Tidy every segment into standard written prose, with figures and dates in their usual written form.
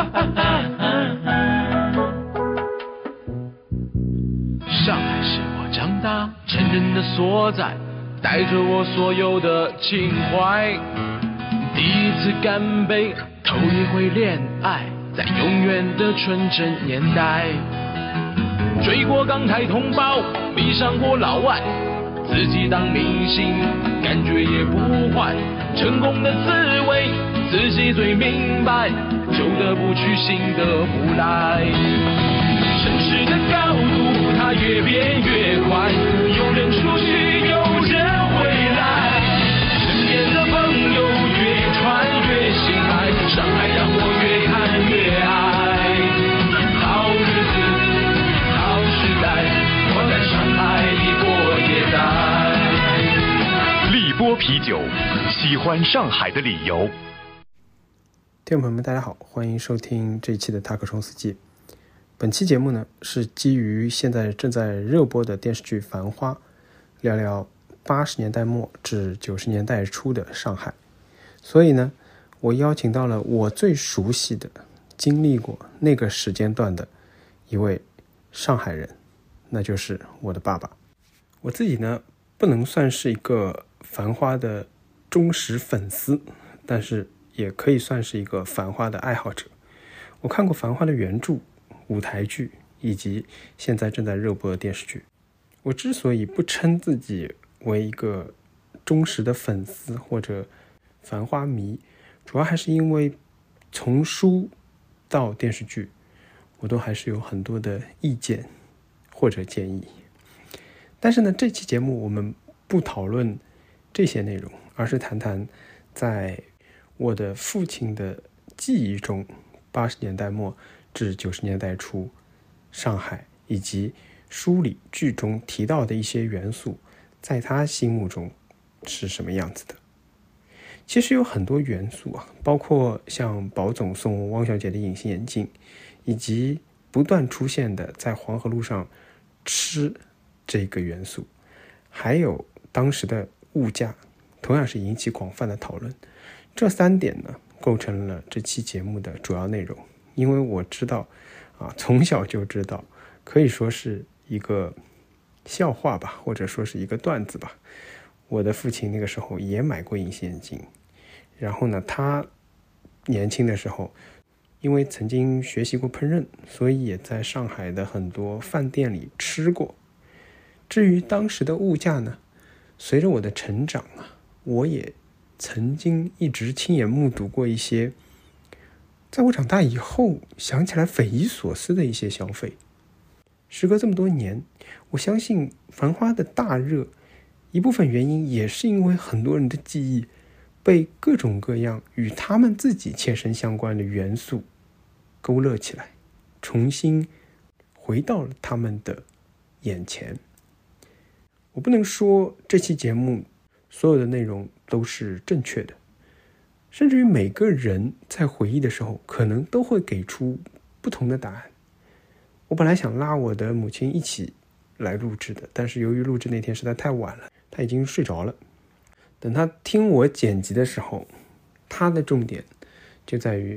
上海是我长大成人的所在，带着我所有的情怀。第一次干杯，头一回恋爱，在永远的纯真年代。追过港台同胞，迷上过老外，自己当明星，感觉也不坏。成功的滋味，自己最明白，旧的不去，新的不来。城市的高度，它越变越快，有人出去，有人回来。身边的朋友越传越心爱，上海让我越看越爱。好日子，好时代，我在上海一波也在。 立波啤酒，喜欢上海的理由。 听众朋友们大家好，欢迎收听这一期的塔克冲司机。本期节目呢是基于现在正在热播的电视剧《繁花》，聊聊80年代末至90年代初的上海。所以呢，我邀请到了我最熟悉的、经历过那个时间段的一位上海人，那就是我的爸爸。我自己呢不能算是一个《繁花》的忠实粉丝，但是也可以算是一个《繁花》的爱好者。我看过《繁花》的原著、舞台剧以及现在正在热播的电视剧。我之所以不称自己为一个忠实的粉丝或者繁花迷，主要还是因为从书到电视剧，我都还是有很多的意见或者建议。但是呢，这期节目我们不讨论这些内容，而是谈谈在我的父亲的记忆中80年代末至90年代初上海，以及书里剧中提到的一些元素在他心目中是什么样子的。其实有很多元素啊，包括像宝总送汪小姐的隐形眼镜，以及不断出现的在黄河路上吃这个元素，还有当时的物价，同样是引起广泛的讨论。这3点呢构成了这期节目的主要内容。因为我知道从小就知道，可以说是一个笑话吧，或者说是一个段子吧。我的父亲那个时候也买过隐形眼镜，然后呢，他年轻的时候因为曾经学习过烹饪，所以也在上海的很多饭店里吃过。至于当时的物价呢，随着我的成长我也曾经一直亲眼目睹过一些在我长大以后想起来匪夷所思的一些消费。时隔这么多年，我相信《繁花》的大热，一部分原因也是因为很多人的记忆被各种各样与他们自己切身相关的元素勾勒起来，重新回到了他们的眼前。我不能说这期节目所有的内容都是正确的，甚至于每个人在回忆的时候可能都会给出不同的答案。我本来想拉我的母亲一起来录制的，但是由于录制那天实在太晚了，她已经睡着了。等她听我剪辑的时候，她的重点就在于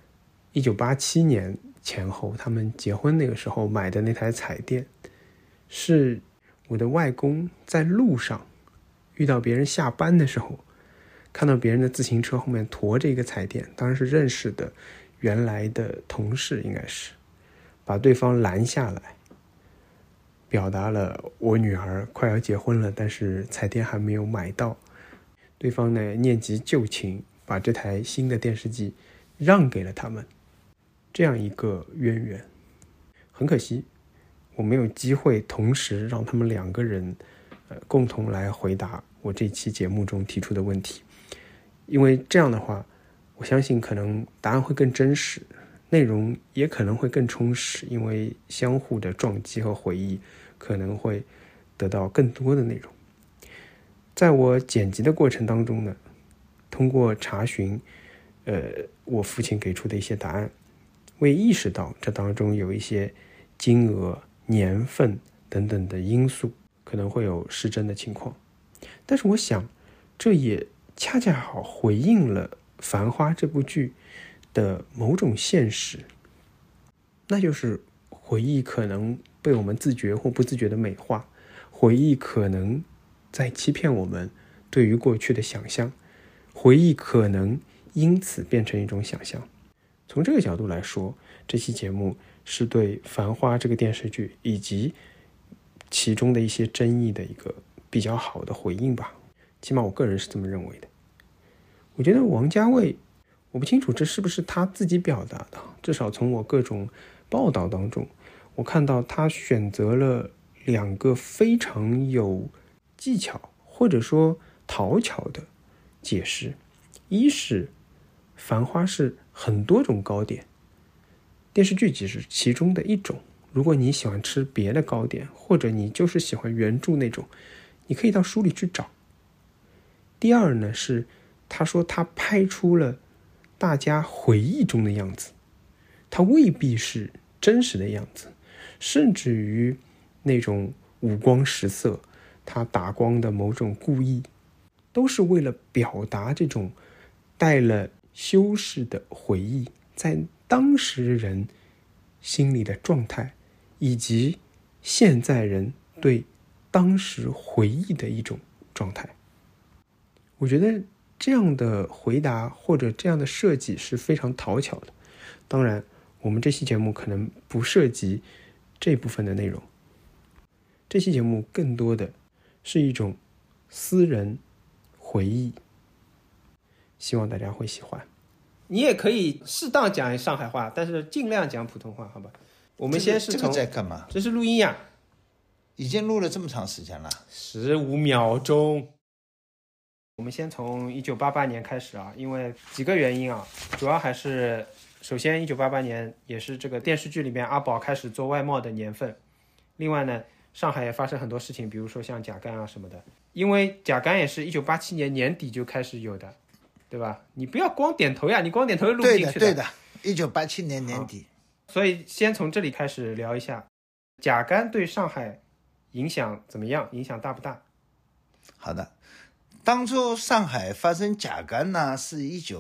1987年前后他们结婚那个时候买的那台彩电，是我的外公在路上遇到别人下班的时候，看到别人的自行车后面驮着一个彩电，当然是认识的原来的同事，应该是把对方拦下来，表达了我女儿快要结婚了，但是彩电还没有买到。对方呢念及旧情，把这台新的电视机让给了他们，这样一个渊源。很可惜我没有机会同时让他们2个人共同来回答我这期节目中提出的问题，因为这样的话，我相信可能答案会更真实，内容也可能会更充实，因为相互的撞击和回忆可能会得到更多的内容。在我剪辑的过程当中呢，通过查询我父亲给出的一些答案，我也意识到这当中有一些金额、年份等等的因素可能会有失真的情况。但是我想这也恰恰好回应了《繁花》这部剧的某种现实，那就是回忆可能被我们自觉或不自觉的美化，回忆可能在欺骗我们对于过去的想象，回忆可能因此变成一种想象。从这个角度来说，这期节目是对《繁花》这个电视剧以及其中的一些争议的一个比较好的回应吧，起码我个人是这么认为的。我觉得王家卫，我不清楚这是不是他自己表达的，至少从我各种报道当中，我看到他选择了2个非常有技巧或者说讨巧的解释。一是繁花是很多种糕点，电视剧只是其中的一种，如果你喜欢吃别的糕点，或者你就是喜欢原著那种，你可以到书里去找。第二呢，是他说他拍出了大家回忆中的样子，它未必是真实的样子，甚至于那种五光十色，它打光的某种故意，都是为了表达这种带了修饰的回忆在当时人心里的状态，以及现在人对当时回忆的一种状态。我觉得这样的回答或者这样的设计是非常讨巧的。当然我们这期节目可能不涉及这部分的内容，这期节目更多的是一种私人回忆，希望大家会喜欢。你也可以适当讲上海话，但是尽量讲普通话，好吧？我们先是从这个在干嘛？ 这是录音呀， 已经录了这么长时间了 ，15秒钟。我们先从1988年开始啊，因为几个原因啊，主要还是首先1988年也是这个电视剧里面阿宝开始做外贸的年份。另外呢，上海也发生很多事情，比如说像甲肝啊什么的，因为甲肝也是1987年年底就开始有的，对吧？你不要光点头呀，你光点头录不进去的。 对的，1987年年底。 所以先从这里开始聊一下，甲肝对上海影响怎么样？影响大不大？ 好的，当初上海发生甲肝呢，是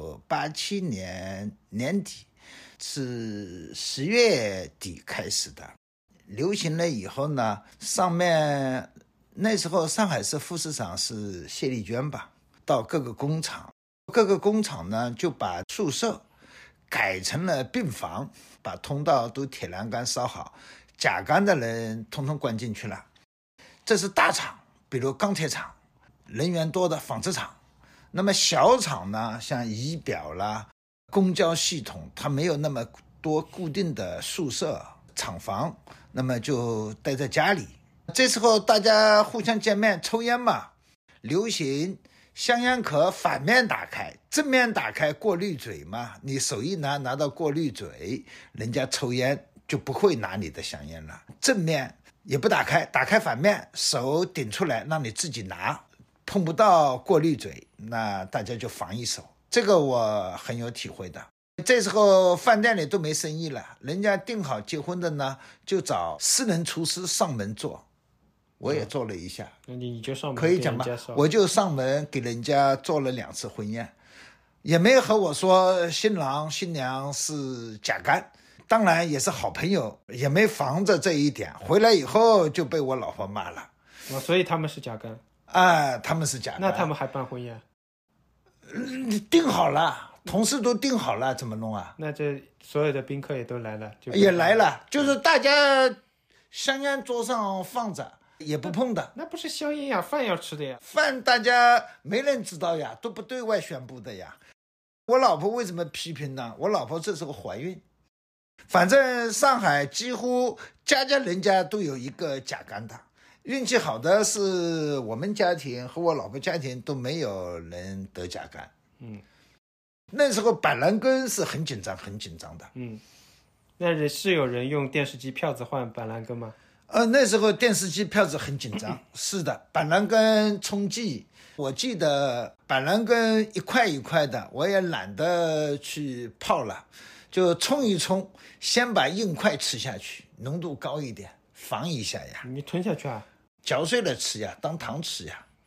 1987年年底，是10月底开始的。流行了以后呢，上面那时候上海市副市长是谢丽娟吧，到各个工厂呢就把宿舍改成了病房，把通道都铁栏杆烧好，甲肝的人统统关进去了。这是大厂，比如钢铁厂，人员多的纺织厂。那么小厂呢，像仪表啦、公交系统，它没有那么多固定的宿舍厂房，那么就待在家里。这时候大家互相见面抽烟嘛，流行香烟壳反面打开，正面打开过滤嘴嘛，你手一拿到过滤嘴，人家抽烟就不会拿你的香烟了。正面也不打开，打开反面，手顶出来让你自己拿，碰不到过滤嘴，那大家就防一手。这个我很有体会的。这时候饭店里都没生意了，人家订好结婚的呢，就找私人厨师上门做。我也做了一下， 你就上门可以讲吧？我就上门给人家做了2次婚宴，也没和我说新郎新娘是甲肝，当然也是好朋友，也没防着这一点。回来以后就被我老婆骂了。 所以他们是甲肝啊，他们是甲肝。 那他们还办婚宴？ 订好了，同事都订好了，怎么弄啊？ 那这所有的宾客也都来了， 也来了，就是大家香烟桌上放着。也不碰的。 那不是香烟呀，饭要吃的呀。 饭大家没人知道呀，都不对外宣布的呀。我老婆为什么批评呢？我老婆这时候怀孕。反正上海几乎家人家都有一个甲肝的，运气好的是我们家庭和我老婆家庭都没有人得甲肝。那时候板蓝根是很紧张的。 那是有人用电视机票子换板蓝根吗？ 那时候电视机票子很紧张。是的，板蓝根冲剂，我记得板蓝根1块1块的，我也懒得去泡了，就冲一冲，先把硬块吃下去，浓度高一点，防一下呀。 你吞下去啊？ 嚼碎了吃呀，当糖吃呀。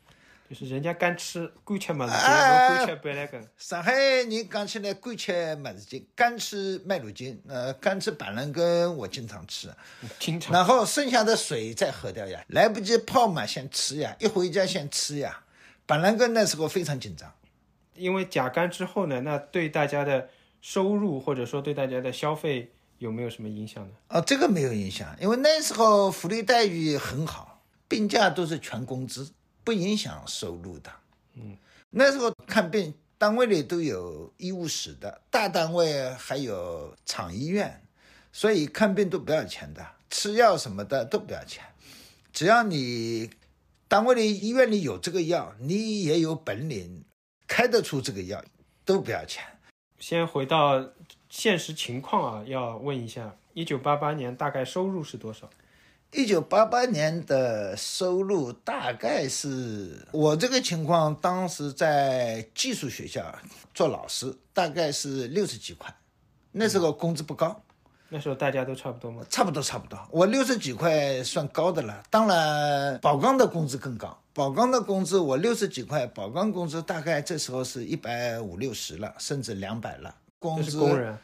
就是人家敢吃敢吃么子劲，敢吃板蓝根。 上海人讲起来敢吃么子劲，敢吃麦乳精，敢吃板蓝根，我经常吃， 经常。 然后剩下的水再喝掉呀，来不及泡嘛，先吃呀，一回家先吃呀。板蓝根那时候非常紧张， 因为甲肝之后呢，那对大家的收入或者说对大家的消费有没有什么影响呢？ 这个没有影响，因为那时候福利待遇很好，病假都是全工资，不影响收入的。那时候看病单位里都有医务室的，大单位还有厂医院，所以看病都不要钱的，吃药什么的都不要钱，只要你单位里医院里有这个药，你也有本领开得出这个药，都不要钱。 先回到现实情况啊，要问一下，1988年大概收入是多少 ？1988年的收入大概是，我这个情况当时在技术学校做老师，大概是60几块，那时候工资不高。 那时候大家都差不多吗？ 差不多。我60几块算高的了，当然宝钢的工资更高。宝钢的工资我60几块，宝钢工资大概这时候是150、60了，甚至200了。工资这是工人。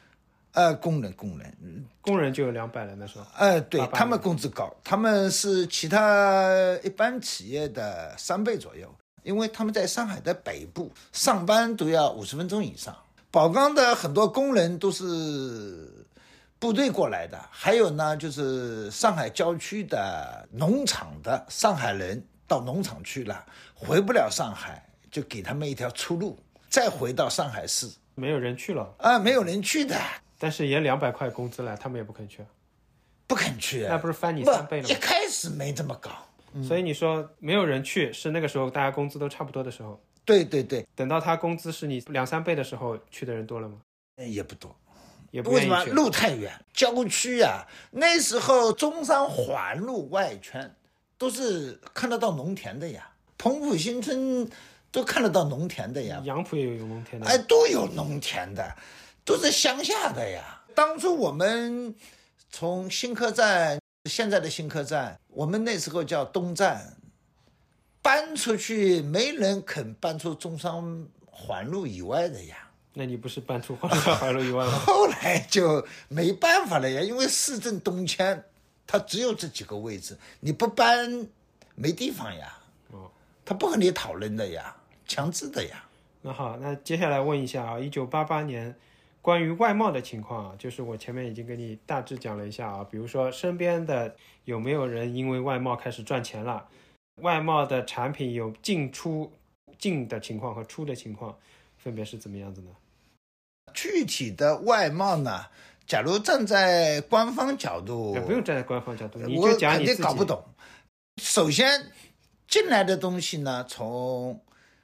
工人就有200了那时候。 对，他们工资高，他们是其他一般企业的3倍左右，因为他们在上海的北部上班都要50分钟以上。宝钢的很多工人都是部队过来的，还有呢，就是上海郊区的农场的上海人到农场去了，回不了上海，就给他们一条出路，再回到上海市。 没有人去了没有人去的。 但是也200块工资了，他们也不肯去。 不肯去， 那不是翻你3倍了吗？ 一开始没这么高。 所以你说没有人去，是那个时候大家工资都差不多的时候。 对。 等到他工资是你2、3倍的时候，去的人多了吗？ 也不多。 也不愿意去。 为什么？路太远，郊区啊。那时候中山环路外圈都是看得到农田的呀，彭浦新村都看得到农田的呀， 杨浦也有农田的。 都有农田的，都是乡下的呀。当初我们从新客站，现在的新客站，我们那时候叫东站，搬出去没人肯搬出中山环路以外的呀。 那你不是搬出环路以外吗？ 后来就没办法了呀，因为市政东迁，它只有这几个位置，你不搬没地方呀。他不和你讨论的呀，强制的呀。 那好，那接下来问一下啊，1988年关于外贸的情况啊，就是我前面已经跟你大致讲了一下啊，比如说身边的有没有人因为外贸开始赚钱了，外贸的产品有进的情况和出的情况分别是怎么样子呢？ 具体的外贸呢，假如站在官方角度， 不用站在官方角度，你就讲你自己。 我肯定搞不懂。首先进来的东西呢，从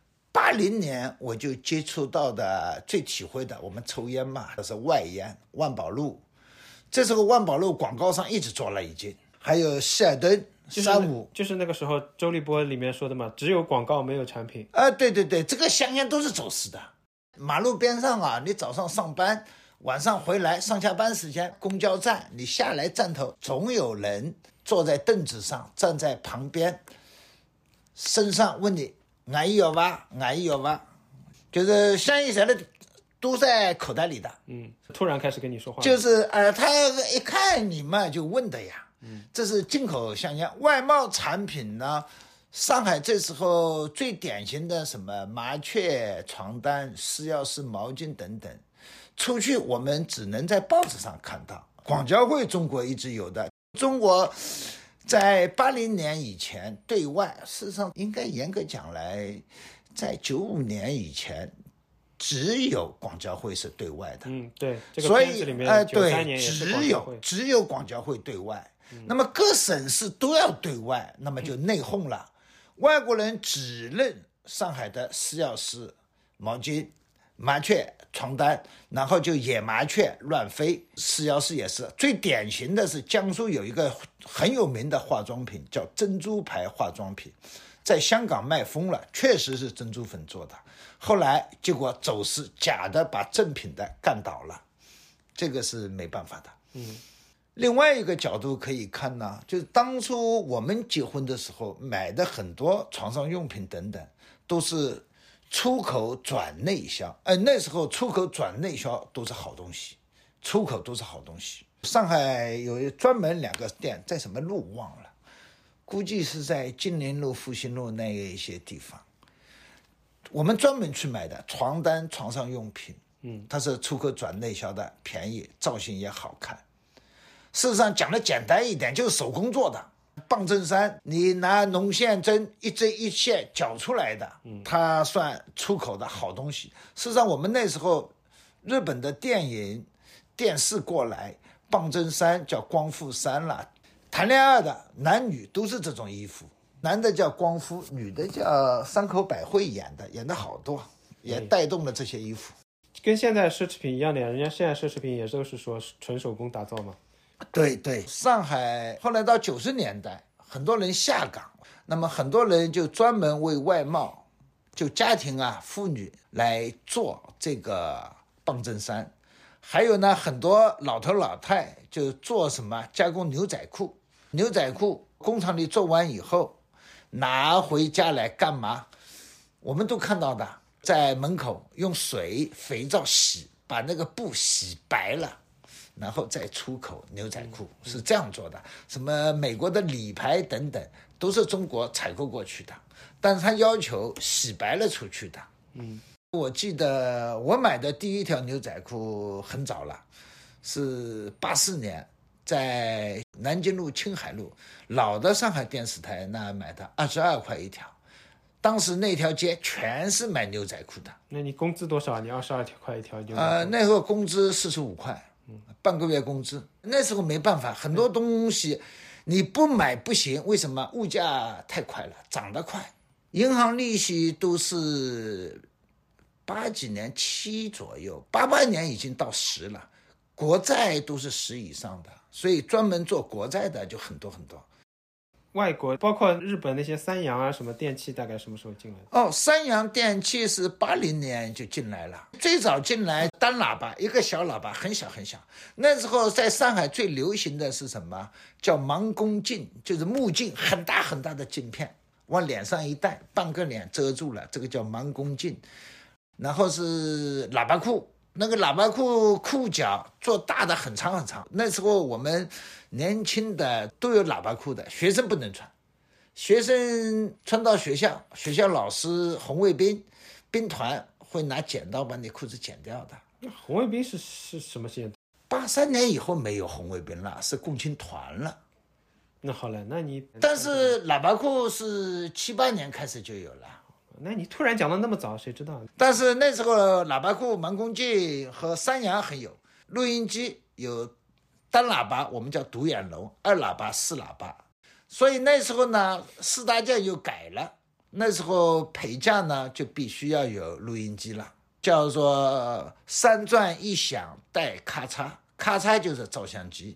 80年我就接触到的最体会的，我们抽烟嘛，这是外烟，万宝路。这时候万宝路广告上一直做了已经，还有希尔顿、35， 就是那个时候周立波里面说的嘛，只有广告没有产品。 对，这个香烟都是走私的。马路边上啊，你早上上班，晚上回来，上下班时间，公交站你下来站头，总有人坐在凳子上，站在旁边，身上问你安逸有吧，就是香烟啥的都在口袋里的。 突然开始跟你说话， 就是他一看你嘛就问的呀。这是进口香烟。外贸产品呢，上海这时候最典型的什么麻雀、床单、4药式毛巾等等，出去我们只能在报纸上看到。广交会中国一直有的，中国在80年以前对外，事实上应该严格讲来，在95年以前只有广交会是对外的。 对，这个片子里面93年也是广交会， 只有广交会对外。那么各省市都要对外，那么就内讧了。外国人只认上海的4药式毛巾、麻雀、床单，然后就野麻雀乱飞。4药式也是最典型的，是江苏有一个很有名的化妆品叫珍珠牌化妆品，在香港卖疯了，确实是珍珠粉做的，后来结果走私假的，把正品的干倒了，这个是没办法的。 另外一个角度可以看呢，就是当初我们结婚的时候买的很多床上用品等等，都是出口转内销。那时候出口转内销都是好东西，出口都是好东西。上海有专门2个店，在什么路忘了，估计是在金陵路、复兴路那一些地方。我们专门去买的床单、床上用品，它是出口转内销的，便宜，造型也好看。事实上讲的简单一点，就是手工做的。棒针衫，你拿绒线针一针一线绞出来的，它算出口的好东西。事实上，我们那时候日本的电影、电视过来，棒针衫叫光复衫了。谈恋爱的男女都是这种衣服，男的叫光复，女的叫山口百惠演的好多，也带动了这些衣服。 跟现在奢侈品一样的呀，人家现在奢侈品也都是说纯手工打造嘛。 对，上海后来到90年代，很多人下岗，那么很多人就专门为外贸，就家庭妇女来做这个棒针衫。还有呢，很多老头老太就做什么加工牛仔裤，牛仔裤工厂里做完以后拿回家来干嘛？我们都看到的，在门口用水肥皂洗，把那个布洗白了，然后再出口牛仔裤，是这样做的。什么美国的礼牌等等都是中国采购过去的，但是他要求洗白了出去的。我记得我买的第一条牛仔裤很早了，是84年在南京路、青海路老的上海电视台那买的，22块一条。当时那条街全是买牛仔裤的。 那你工资多少？你22块一条牛仔裤？ 那时候工资45块，半个月工资。那时候没办法，很多东西你不买不行。为什么？物价太快了，涨得快。银行利息都是80几年7左右，88年已经到10了，国债都是10以上的，所以专门做国债的就很多很多。 外国包括日本那些三洋什么电器大概什么时候进来的？ 三洋电器是80年就进来了，最早进来单喇叭，一个小喇叭，很小很小。那时候在上海最流行的是什么？叫盲公镜，就是目镜，很大很大的镜片，往脸上一戴，半个脸遮住了，这个叫盲公镜。然后是喇叭裤，那个喇叭裤裤脚做大的很长很长。那时候我们年轻的都有喇叭裤的，学生不能穿，学生穿到学校老师红卫兵团会拿剪刀把你裤子剪掉的。 红卫兵是什么时间 ？83年以后没有红卫兵了，是共青团了。 那好了，那你但是喇叭裤是78年开始就有了。 那你突然讲的那么早，谁知道？ 但是那时候喇叭裤、盲公镜和三洋很有，录音机有单喇叭，我们叫独眼龙，2喇叭、4喇叭。所以那时候呢，4大件又改了，那时候陪嫁呢就必须要有录音机了，叫做3转1响带咔嚓，咔嚓就是照相机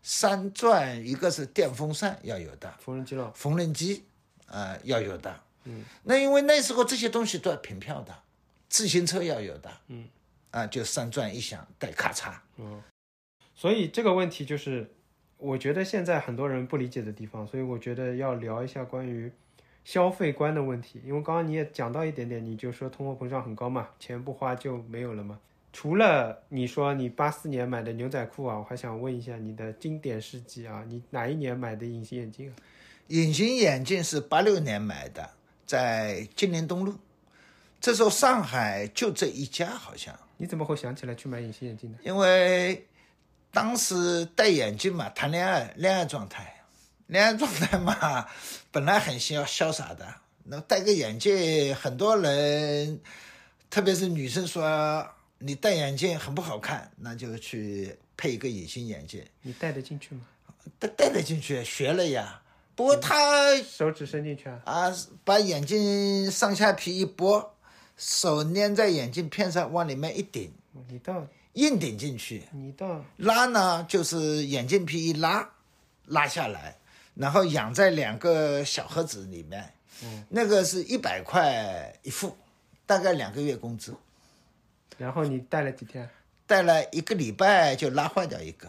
，3转一个是电风扇要有的， 缝纫机要有的。那因为那时候这些东西都要凭票的，自行车要有的，就3转1响带咔嚓。 所以这个问题就是我觉得现在很多人不理解的地方，所以我觉得要聊一下关于消费观的问题。因为刚刚你也讲到一点点，你就说通货膨胀很高嘛，钱不花就没有了嘛。除了你说你84年买的牛仔裤啊，我还想问一下你的经典事迹啊，你哪一年买的隐形眼镜啊？ 隐形眼镜是86年买的，在金陵东路。这时候上海就这一家好像。 你怎么会想起来去买隐形眼镜呢？ 因为当时戴眼镜嘛，谈恋爱状态嘛，本来很潇洒的，那戴个眼镜，很多人特别是女生说你戴眼镜很不好看，那就去配一个隐形眼镜。 你戴得进去吗？ 戴得进去，学了呀。不过他手指伸进去把眼镜上下皮一拨，手粘在眼镜片上，往里面一顶，硬顶进去。拉呢，就是眼镜皮一拉下来，然后养在2个小盒子里面。那个是100块一副，大概2个月工资。 然后你戴了几天？ 戴了1个礼拜就拉坏掉一个。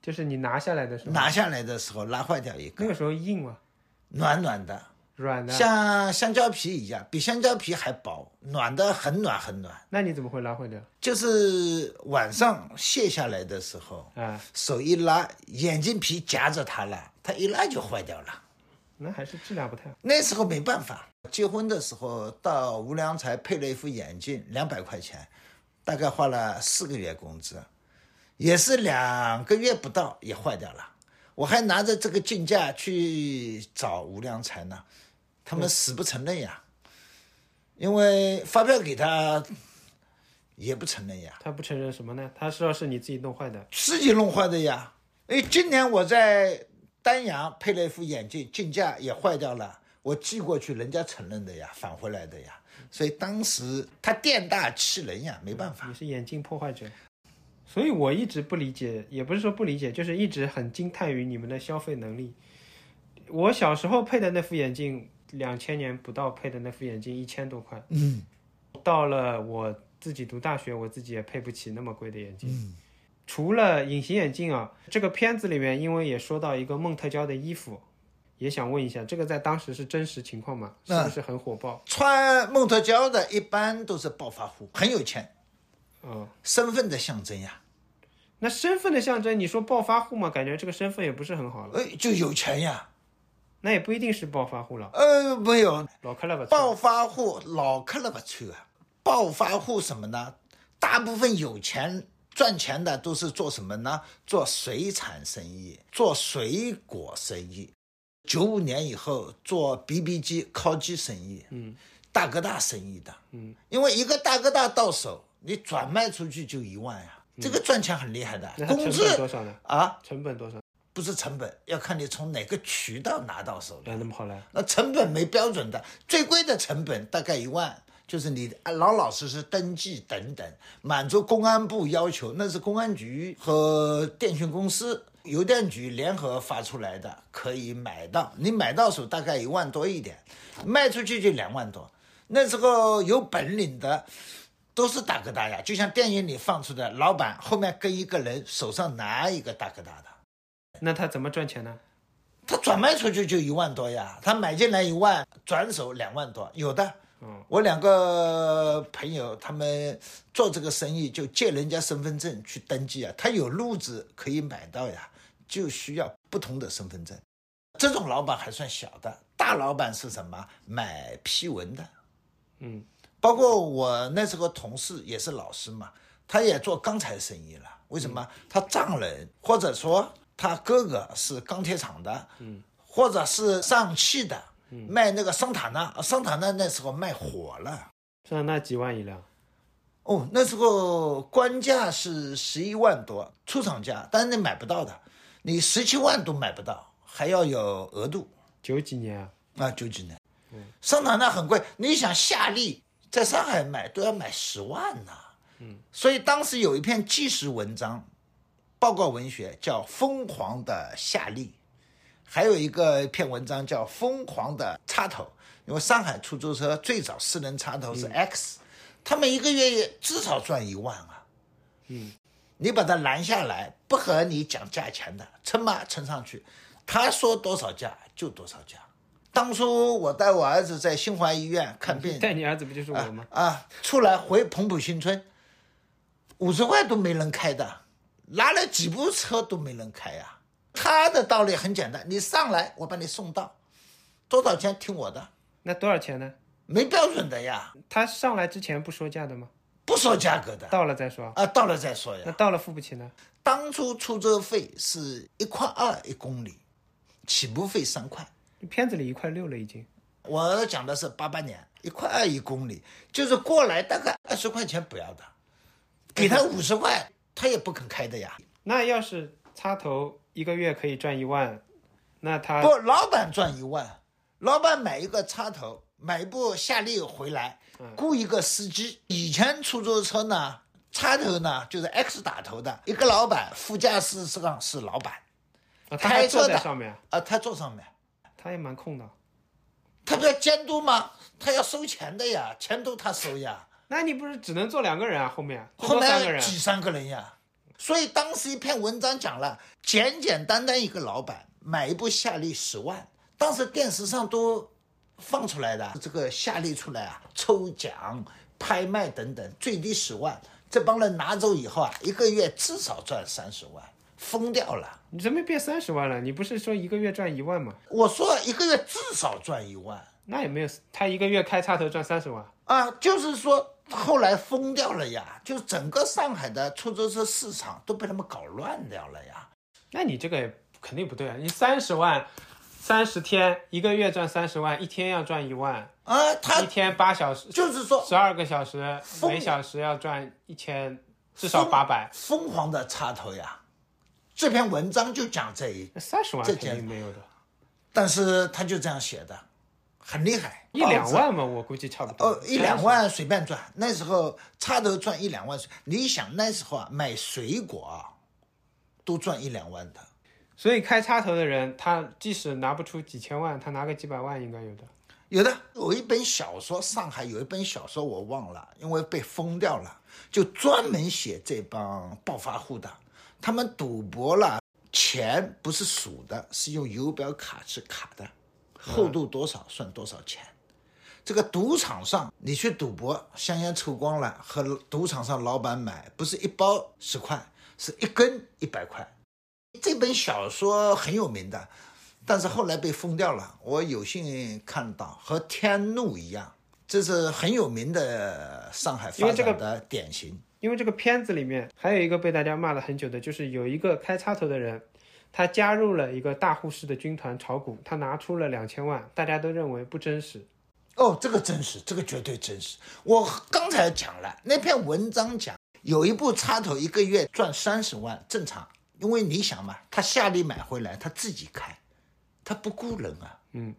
就是你拿下来的时候， 拿下来的时候拉坏掉一个， 那个时候硬吗？ 暖暖的， 软的， 像香蕉皮一样，比香蕉皮还薄，暖的很暖很暖。 那你怎么会拉坏掉？ 就是晚上卸下来的时候， 啊， 手一拉，眼镜皮夹着它了，它一拉就坏掉了。 那还是质量不太好。 那时候没办法，结婚的时候到无良才配了一副眼镜，200块钱，大概花了4个月工资，也是2个月不到也坏掉了。我还拿着这个镜架去找无良才呢，他们死不承认呀，因为发票给他也不承认呀。 他不承认什么呢？他说是你自己弄坏的， 自己弄坏的呀。今年我在丹阳配了一副眼镜，镜架也坏掉了，我寄过去，人家承认的呀，返回来的呀。所以当时他店大欺人呀，没办法。 你是眼镜破坏者。所以我一直不理解，也不是说不理解，就是一直很惊叹于你们的消费能力。我小时候配的那副眼镜，2000年不到配的那副眼镜1000多块。到了我自己读大学，我自己也配不起那么贵的眼镜。除了隐形眼镜啊，这个片子里面因为也说到一个梦特娇的衣服，也想问一下，这个在当时是真实情况吗？是不是很火爆？ 穿梦特娇的一般都是暴发户，很有钱，身份的象征呀。 那身份的象征，你说暴发户嘛，感觉这个身份也不是很好了。 就有钱呀。 那也不一定是暴发户了。 没有， 老克了吧？ 暴发户老克了吧去啊！暴发户什么呢？大部分有钱赚钱的都是做什么呢？做水产生意，做水果生意。95年以后做 BB 机、烤鸡生意，大哥大生意的，因为一个大哥大到手，你转卖出去就1万呀，这个赚钱很厉害的。工资成本多少呢？成本多少？ 不是成本，要看你从哪个渠道拿到手的。 那么好来， 那成本没标准的，最贵的成本大概1万，就是你老老实实登记等等，满足公安部要求，那是公安局和电讯公司、邮电局联合发出来的，可以买到。你买到手大概1万多一点，卖出去就2万多。那时候有本领的都是大哥大呀，就像电影里放出的，老板后面跟一个人，手上拿一个大哥大的。 那他怎么赚钱呢？ 他转卖出去就1万多呀，他买进来1万，转手2万多，有的。我2个朋友他们做这个生意，就借人家身份证去登记啊，他有路子可以买到呀，就需要不同的身份证。这种老板还算小的，大老板是什么？买批文的。包括我那时候同事也是老师嘛，他也做钢材生意了。为什么？他丈人或者说他哥哥是钢铁厂的，或者是上汽的，卖那个桑塔纳，桑塔纳那时候卖火了， 桑塔纳几万一辆？ 那时候官价是11万多，出厂价，但是你买不到的，你17万都买不到，还要有额度。 90几年啊 ？90几年。桑塔纳很贵，你想夏利在上海买都要买10万呢。所以当时有一篇纪实文章，报告文学叫《疯狂的夏利》，还有一篇文章叫《疯狂的插头》，因为上海出租车最早私人插头是 X，他们一个月也至少赚1万啊。你把他拦下来，不和你讲价钱的，称嘛称上去，他说多少价就多少价。当初我带我儿子在新华医院看病， 带你儿子不就是我吗？ 出来回彭浦新村，50块都没人开的，拉了几部车都没人开呀。他的道理很简单，你上来我把你送到，多少钱听我的。 那多少钱呢？ 没标准的呀。 他上来之前不说价的吗？ 不说价格的， 到了再说到了再说呀。 那到了付不起呢？当初出租费是1.2块1公里，起步费3块。 片子里1.6块了已经。 我讲的是88年，1.2块1公里，就是过来大概20块钱不要的，给他50块，他也不肯开的呀。 那要是插头1个月可以赚1万，那他不，老板赚1万，老板买一个插头，买一部夏利回来，雇一个司机。以前出租车呢，插头呢就是 X 打头的，一个老板，副驾驶上是老板， 他还坐在上面他坐上面。 他也蛮空的， 他不要监督吗？他要收钱的呀，钱都他收呀。 那你不是只能坐2个人啊？后面后 3个人， 挤3个人呀。 所以当时一篇文章讲了，简简单单一个老板买一部夏利10万，当时电视上都放出来的，这个夏利出来啊，抽奖、拍卖等等，最低10万，这帮人拿走以后啊，一个月至少赚30万，疯掉了。 你怎么变30万了？你不是说一个月赚1万吗？ 我说一个月至少赚1万， 那也没有，他一个月开插头赚30万啊，就是说后来疯掉了呀，就是整个上海的出租车市场都被他们搞乱掉了呀。 那你这个也肯定不对啊！你30万，30天一个月赚30万，一天要赚1万啊，他一天8小时， 就是说 12个小时，每小时要赚1000，至少800， 疯狂的插头呀！这篇文章就讲这 30万肯定没有的， 但是他就这样写的，很厉害 ，1-2万嘛，我估计差不多。 1-2万随便赚，那时候插头赚1-2万，你想那时候啊，买水果啊，都赚1-2万的。 所以开插头的人，他即使拿不出几千万，他拿个几百万应该有的。 有的，有一本小说，上海有一本小说我忘了，因为被封掉了，就专门写这帮暴发户的，他们赌博了，钱不是数的，是用邮表卡去卡的，厚度多少算多少钱。这个赌场上你去赌博，香烟抽光了，和赌场上老板买，不是一包10块，是一根100块。这本小说很有名的，但是后来被封掉了，我有幸看到，和《天怒》一样，这是很有名的上海发展的典型。 因为这个片子里面还有一个被大家骂了很久的，就是有一个开插头的人，他加入了一个大户式的军团炒股，他拿出了2000万，大家都认为不真实。 哦，这个真实，这个绝对真实。我刚才讲了，那篇文章讲有一部插头一个月赚30万正常，因为你想嘛，他夏利买回来他自己开，他不雇人啊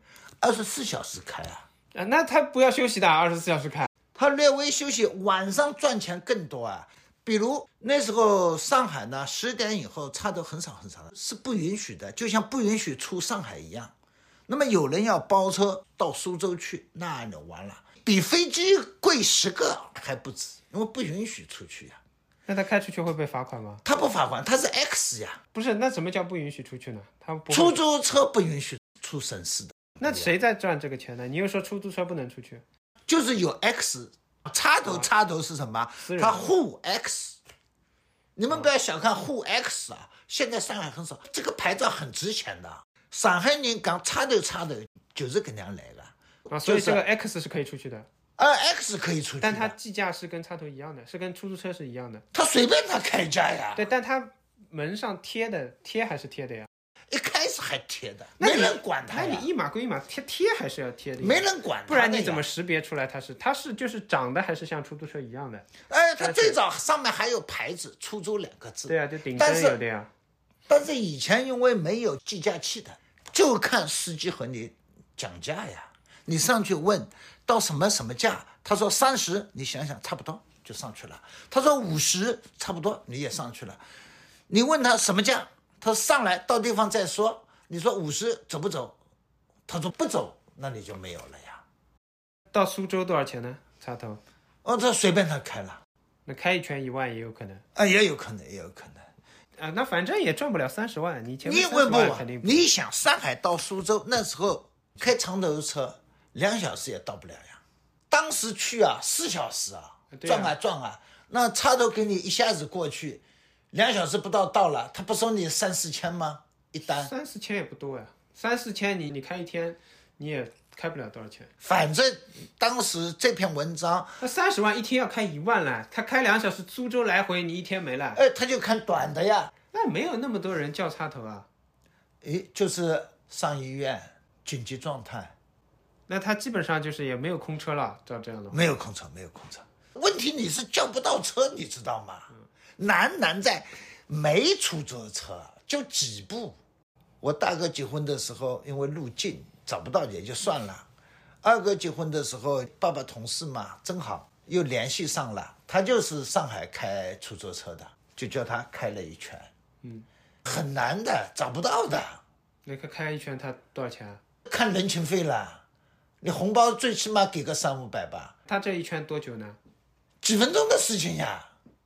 ，24小时开啊， 那他不要休息的，24小时开， 他略微休息，晚上赚钱更多啊。比如那时候上海呢，10点以后插头很少很少的，是不允许的，就像不允许出上海一样。那么有人要包车到苏州去，那就完了，比飞机贵10个还不止，因为不允许出去呀。 那他开出去会被罚款吗？ 他不罚款，他是 X 呀。 不是，那什么叫不允许出去呢？他不出租车不允许出省市的。 那谁在赚这个钱呢？你又说出租车不能出去， 就是有 X 插头是什么？它沪 X。你们不要小看沪 X 啊，现在上海很少，这个牌照很值钱的。上海人讲插头就是搿样来的所以这个 X 是可以出去的。 X 可以出去的， 但它计价是跟插头一样的，是跟出租车是一样的。 他随便他开价呀。 对，但他门上贴还是贴的呀。 一开始还贴的，没人管他呀。 那你一码归一码，贴还是要贴的， 没人管他， 不然你怎么识别出来它是就是长得还是像出租车一样的？ 他最早上面还有牌子，出租2个字。 对啊，就顶灯有的呀。 但是以前因为没有计价器的，就看司机和你讲价呀。你上去问到什么价，他说30，你想想差不多就上去了。他说50，差不多你也上去了。你问他什么价，他说上来到地方再说。你说50走不走？他说不走，那你就没有了呀。 到苏州多少钱呢？插头？ 他随便他开了。 那开一圈1万也有可能啊，也有可能。 那反正也赚不了30万，你前面 30万肯定不。 你想上海到苏州那时候开长头车2小时也到不了呀，当时去啊4小时啊，转啊，那插头给你一下子过去，2小时不到了，他不收你3-4千吗？一单 3-4千也不多呀，3-4千你开一天你也开不了多少钱。 反正当时这篇文章， 那30万一天要开1万了，他开2小时苏州来回，你一天没了。 他就看短的呀。 那没有那么多人叫插头啊。 就是上医院紧急状态。 那他基本上就是也没有空车了，照这样的话。 没有空车。问题你是叫不到车，你知道吗？难在没出租车，就几步。我大哥结婚的时候，因为路近找不到也就算了。二哥结婚的时候，爸爸同事嘛，正好又联系上了，他就是上海开出租车的，就叫他开了一圈。很难的，找不到的。 那个开一圈他多少钱啊？ 看人情费了，你红包最起码给个300-500吧。 他这一圈多久呢？ 几分钟的事情呀。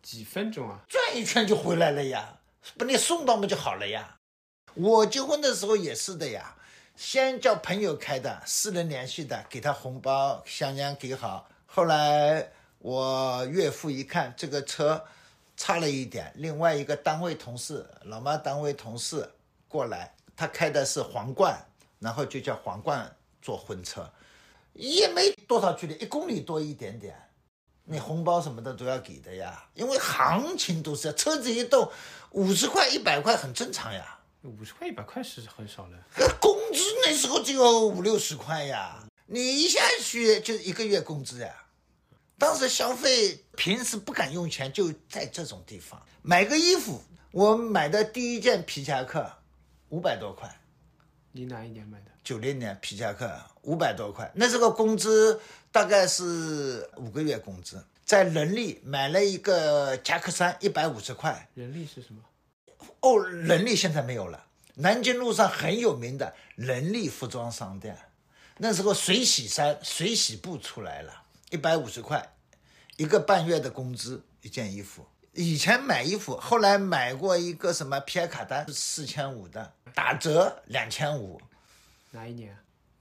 几分钟啊？ 转一圈就回来了呀，把你送到嘛就好了呀。我结婚的时候也是的呀，先叫朋友开的，私人联系的，给他红包，香烟给好。后来我岳父一看这个车差了一点，另外一个单位同事，老妈单位同事过来，他开的是皇冠，然后就叫皇冠做婚车，也没多少距离，1公里多一点点。你红包什么的都要给的呀，因为行情都是车子一动50块100块很正常呀。 50块100块是很少了， 工资那时候只有50-60块呀，你一下去就是1个月工资呀。当时消费平时不敢用钱，就在这种地方买个衣服。我买的第一件皮夹克500多块。 你哪一年买的 ？90年皮夹克500多块，那时候工资大概是5个月工资。在人力买了一个夹克衫150块。 人力是什么？ 哦，人力现在没有了。南京路上很有名的人力服装商店，那时候水洗衫、水洗布出来了，150块，1个半月的工资一件衣服。以前买衣服，后来买过一个什么皮尔卡丹4500的，打折2500。 哪一年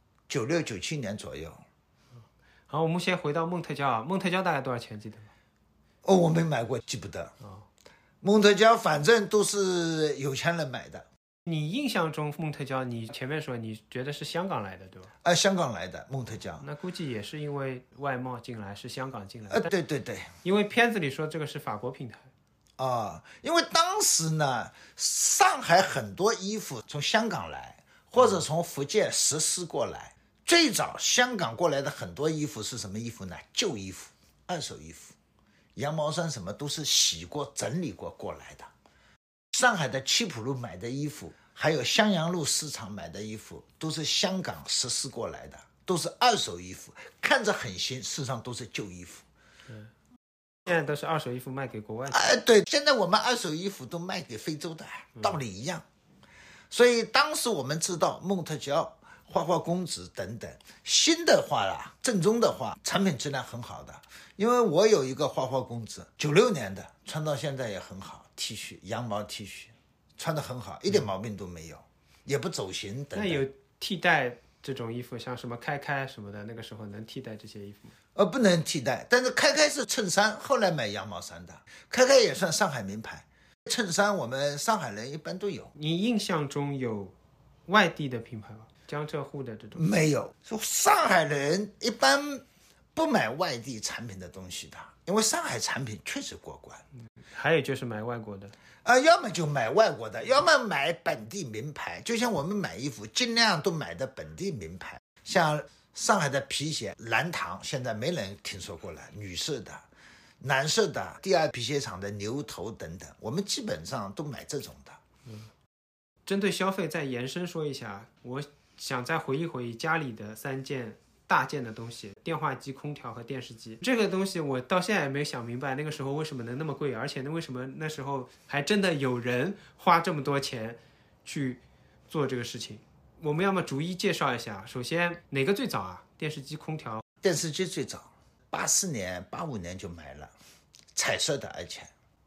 ？96、97年左右。 好，我们先回到蒙特娇啊，蒙特娇大概多少钱记得吗？ 哦，我没买过，记不得。蒙特娇反正都是有钱人买的。 你印象中蒙特娇，你前面说你觉得是香港来的对吧？ 香港来的蒙特娇， 那估计也是因为外贸进来，是香港进来的。 对对对， 因为片子里说这个是法国品牌。 因为当时呢，上海很多衣服从香港来，或者从福建实施过来。最早香港过来的很多衣服是什么衣服呢？旧衣服、二手衣服，羊毛衫什么都是洗过、整理过来的。上海的七浦路买的衣服，还有襄阳路市场买的衣服，都是香港实施过来的，都是二手衣服，看着很新，事实上都是旧衣服。 现在都是二手衣服卖给国外。 对，现在我们二手衣服都卖给非洲的，道理一样。所以当时我们知道蒙特娇、花花公子等等，新的话啦，正宗的话，产品质量很好的。因为我有一个花花公子，96年的，穿到现在也很好 ，T 恤羊毛 T 恤，穿得很好，一点毛病都没有，也不走形等等。 那有替代这种衣服，像什么开开什么的，那个时候能替代这些衣服吗？ 不能替代，但是开开是衬衫，后来买羊毛衫的，开开也算上海名牌。衬衫我们上海人一般都有。 你印象中有外地的品牌吗？江浙沪的这种？ 没有，上海人一般不买外地产品的东西的，因为上海产品确实过关。 还有就是买外国的。 要么就买外国的，要么买本地名牌。就像我们买衣服，尽量都买的本地名牌。像上海的皮鞋，蓝塘现在没人听说过了，女士的、男士的，第二皮鞋厂的牛头等等，我们基本上都买这种的。 针对消费再延伸说一下，我想再回忆家里的3件大件的东西，电话机、空调和电视机。这个东西我到现在也没想明白，那个时候为什么能那么贵，而且为什么那时候还真的有人花这么多钱去做这个事情。我们要么逐一介绍一下。首先哪个最早啊？电视机、空调。 电视机最早84年85年就买了，彩色的。而且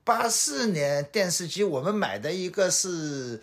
84年电视机我们买的一个是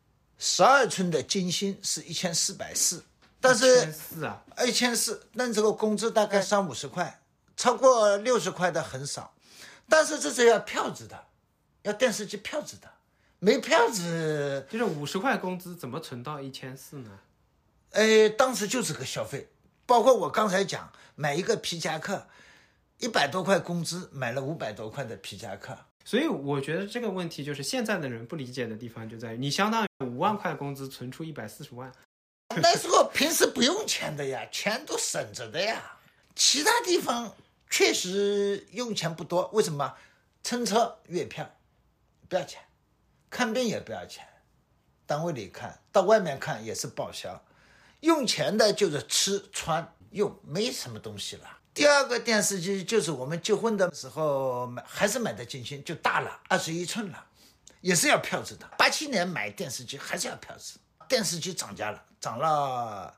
12寸的金星，是1440，但是 1400啊 ，1400，那这个工资大概30-50块，超过60块的很少。但是这是要票子的，要电视机票子的，没票子就是50块工资怎么存到1400呢？ 当时就是个消费，包括我刚才讲买一个皮夹克，100多块工资买了500多块的皮夹克。 所以我觉得这个问题就是现在的人不理解的地方就在于，你相当于5万块工资存出140万。 那时候平时不用钱的呀，钱都省着的呀。其他地方确实用钱不多，为什么？乘车月票不要钱，看病也不要钱，单位里看，到外面看也是报销。用钱的就是吃穿用，没什么东西了。第二个电视机就是我们结婚的时候还是买的金星，就大了21寸了，也是要票子的。87年买电视机还是要票子。电视机涨价了，涨了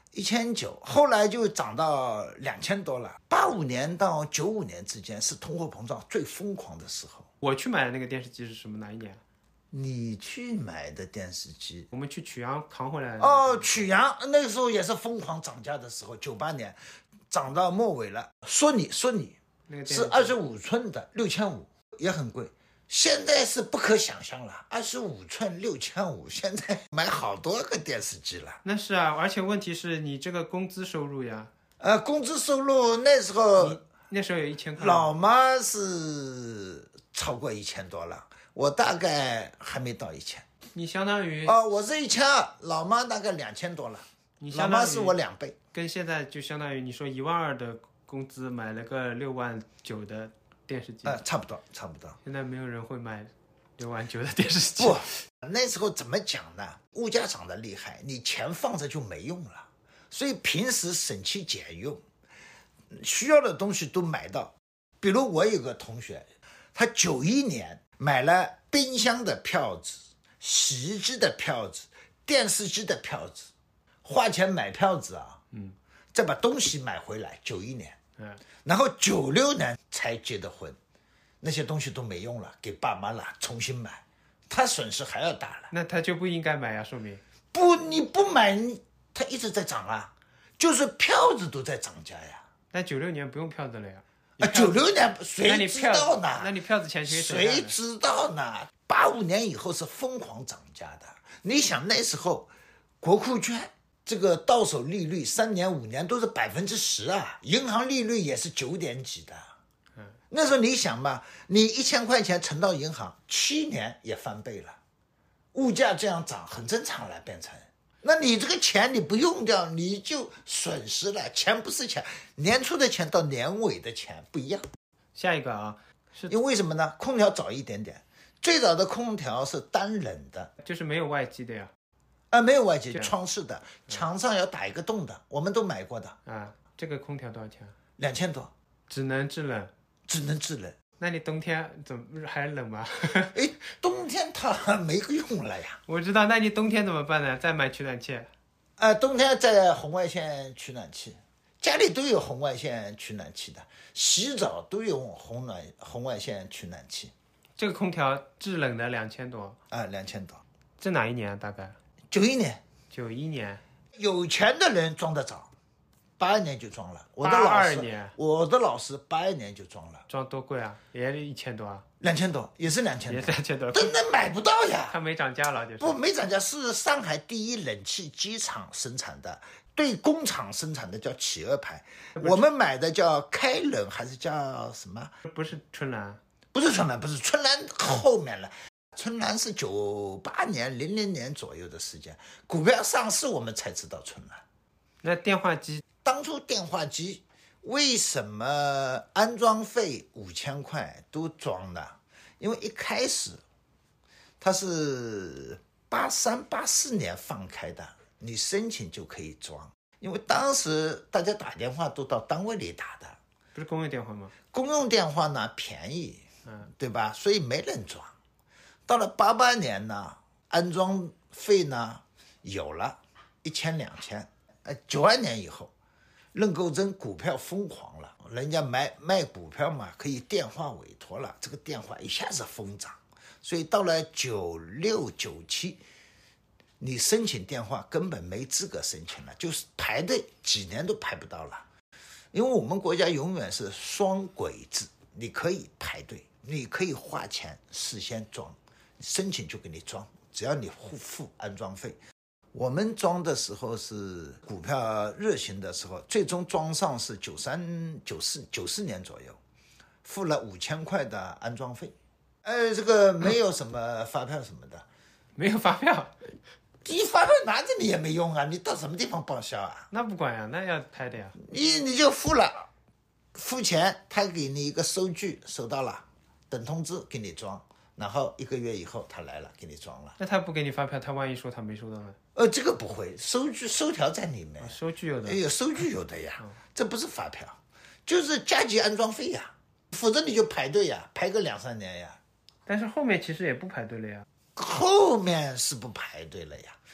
1900，后来就涨到2000多了。85年到95年之间是通货膨胀最疯狂的时候。 我去买的那个电视机是什么？哪一年？ 你去买的电视机？ 我们去曲阳扛回来的。 哦，曲阳那个时候也是疯狂涨价的时候，98年涨到末尾了。索尼那个是25寸的6500，也很贵。现在是不可想象了，25寸6500，现在买好多个电视机了。 那是啊，而且问题是你这个工资收入呀。 工资收入那时候有1000块。 老妈是超过1000多了，我大概还没到1000。 你相当于我是1200，老妈大概2000多了。老妈是我2倍， 跟现在就相当于你说12000的工资买了个69000的电视机。 差不多。 现在没有人会买69000的电视机。 不，那时候怎么讲呢？物价涨得厉害，你钱放着就没用了，所以平时省吃俭用，需要的东西都买到。比如我有个同学，他91年买了冰箱的票子、洗衣机的票子、电视机的票子，花钱买票子啊，再把东西买回来。91年，然后96年才结的婚，那些东西都没用了，给爸妈了，重新买，他损失还要大了。 那他就不应该买呀，说明不，你不买，它一直在涨啊，就是票子都在涨价呀。 但96年不用票子了呀。 96年谁知道呢？ 那你票子钱谁知道呢？85年以后是疯狂涨价的。你想那时候国库券这个到手利率3年5年都是10%啊，银行利率也是9点几的。那时候你想吧，你1000块钱存到银行7年也翻倍了，物价这样涨很正常了，变成。那你这个钱你不用掉，你就损失了。钱不是钱，年初的钱到年尾的钱不一样。 下一个啊， 因为什么呢？空调早一点点，最早的空调是单冷的， 就是没有外机的呀。 没有外机，窗式的，墙上要打一个洞的，我们都买过的。 这个空调多少钱 ？2000多， 只能制冷。那你冬天怎么还冷吗？ 冬天它没用了呀。 我知道，那你冬天怎么办呢？再买取暖器。 冬天在红外线取暖器，家里都有红外线取暖器的，洗澡都有红外线取暖器。 这个空调制冷的2000多 ，2000多。 这哪一年？大概 91年。 91年， 有钱的人装得早，82年就装了。我的老师82年就装了。 装多贵啊？也1000多啊 ？2000多，也是2000多， 也是2000多， 真的买不到呀。 它没涨价了，就是不没涨价，是上海第一冷气机厂生产的，对工厂生产的叫企鹅牌，我们买的叫开冷还是叫什么？ 不是春兰， 不是春兰后面了。春兰是98年、00年左右的时间，股票上市我们才知道春兰。 那电话机， 当初电话机为什么安装费5000块都装了？因为一开始它是83、84年放开的，你申请就可以装。因为当时大家打电话都到单位里打的， 不是公用电话吗？ 公用电话呢便宜，对吧？所以没人装。到了88年呢，安装费呢有了1000、2000。92年以后，认购证股票疯狂了，人家卖股票嘛，可以电话委托了，这个电话一下子疯涨，所以到了96、97，你申请电话根本没资格申请了，就是排队几年都排不到了，因为我们国家永远是双轨制，你可以排队，你可以花钱事先装。申请就给你装，只要你付安装费。我们装的时候是股票热行的时候，最终装上是94年左右，付了5000块的安装费。这个没有什么发票什么的， 没有发票， 你发票拿着你也没用啊，你到什么地方报销啊？ 那不管呀，那要拍的呀。 你就付了，付钱，他给你一个收据，收到了，等通知给你装。然后1个月以后他来了，给你装了。 那他不给你发票，他万一说他没收到呢？ 这个不会，收条在里面。 收据有的。 有收据有的呀，这不是发票，就是加急安装费呀，否则你就排队呀，排个2、3年呀。 但是后面其实也不排队了呀。 后面是不排队了呀，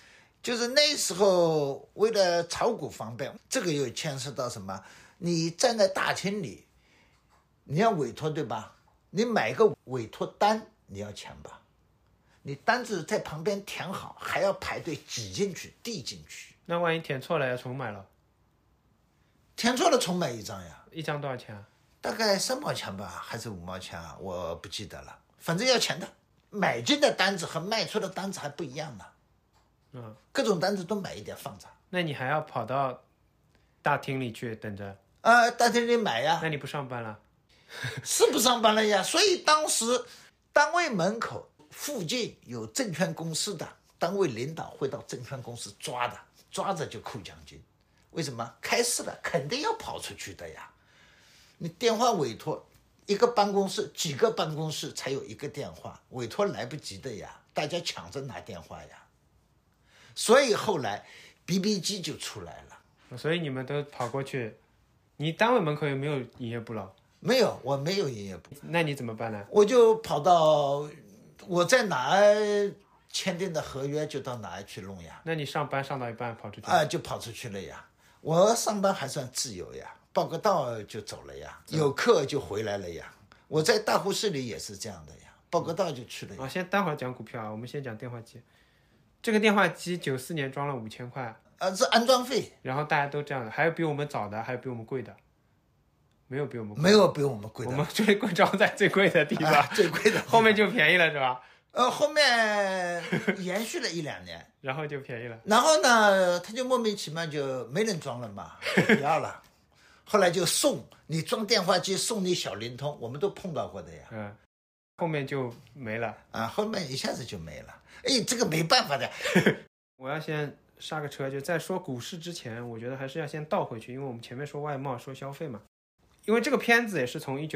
就是那时候为了炒股方便，这个又牵涉到什么？你站在大厅里，你要委托对吧？你买个委托单，你要钱吧？你单子在旁边填好，还要排队挤进去、递进去。 那万一填错了要重买了？ 填错了重买一张呀。 一张多少钱啊？ 大概3毛钱吧，还是5毛钱啊？我不记得了，反正要钱的。买进的单子和卖出的单子还不一样呢。各种单子都买一点放着。 那你还要跑到大厅里去等着？ 大厅里买呀。 那你不上班了？ 是不上班了呀。所以当时单位门口附近有证券公司的，单位领导会到证券公司抓着就扣奖金。为什么？开市了肯定要跑出去的呀。你电话委托，一个办公室几个办公室才有一个电话，委托来不及的呀，大家抢着拿电话呀。所以后来 BB 机就出来了。 所以你们都跑过去。你单位门口有没有营业部了？ 没有，我没有营业部。 那你怎么办呢？ 我就跑到我在哪儿签订的合约就到哪儿去弄呀。 那你上班上到一半跑出去？ 就跑出去了呀。我上班还算自由呀，报个到就走了呀，有课就回来了呀。我在大呼市里也是这样的呀，报个到就去了呀。 先待会儿讲股票啊，我们先讲电话机。这个电话机94年装了5000块。 是安装费。 然后大家都这样的，还有比我们早的，还有比我们贵的。没有比我们贵的。 没有比我们贵的。 我们最贵装在最贵的地方。 最贵的。 后面就便宜了是吧？ 后面延续了1-2年。 然后就便宜了。 然后呢，他就莫名其妙就没人装了嘛，不要了。后来就送你装电话机，送你小灵通，我们都碰到过的呀。 后面就没了。 后面一下子就没了。这个没办法的。 我要先刹个车，就在说股市之前，我觉得还是要先倒回去，因为我们前面说外贸说消费嘛。因为这个片子也是从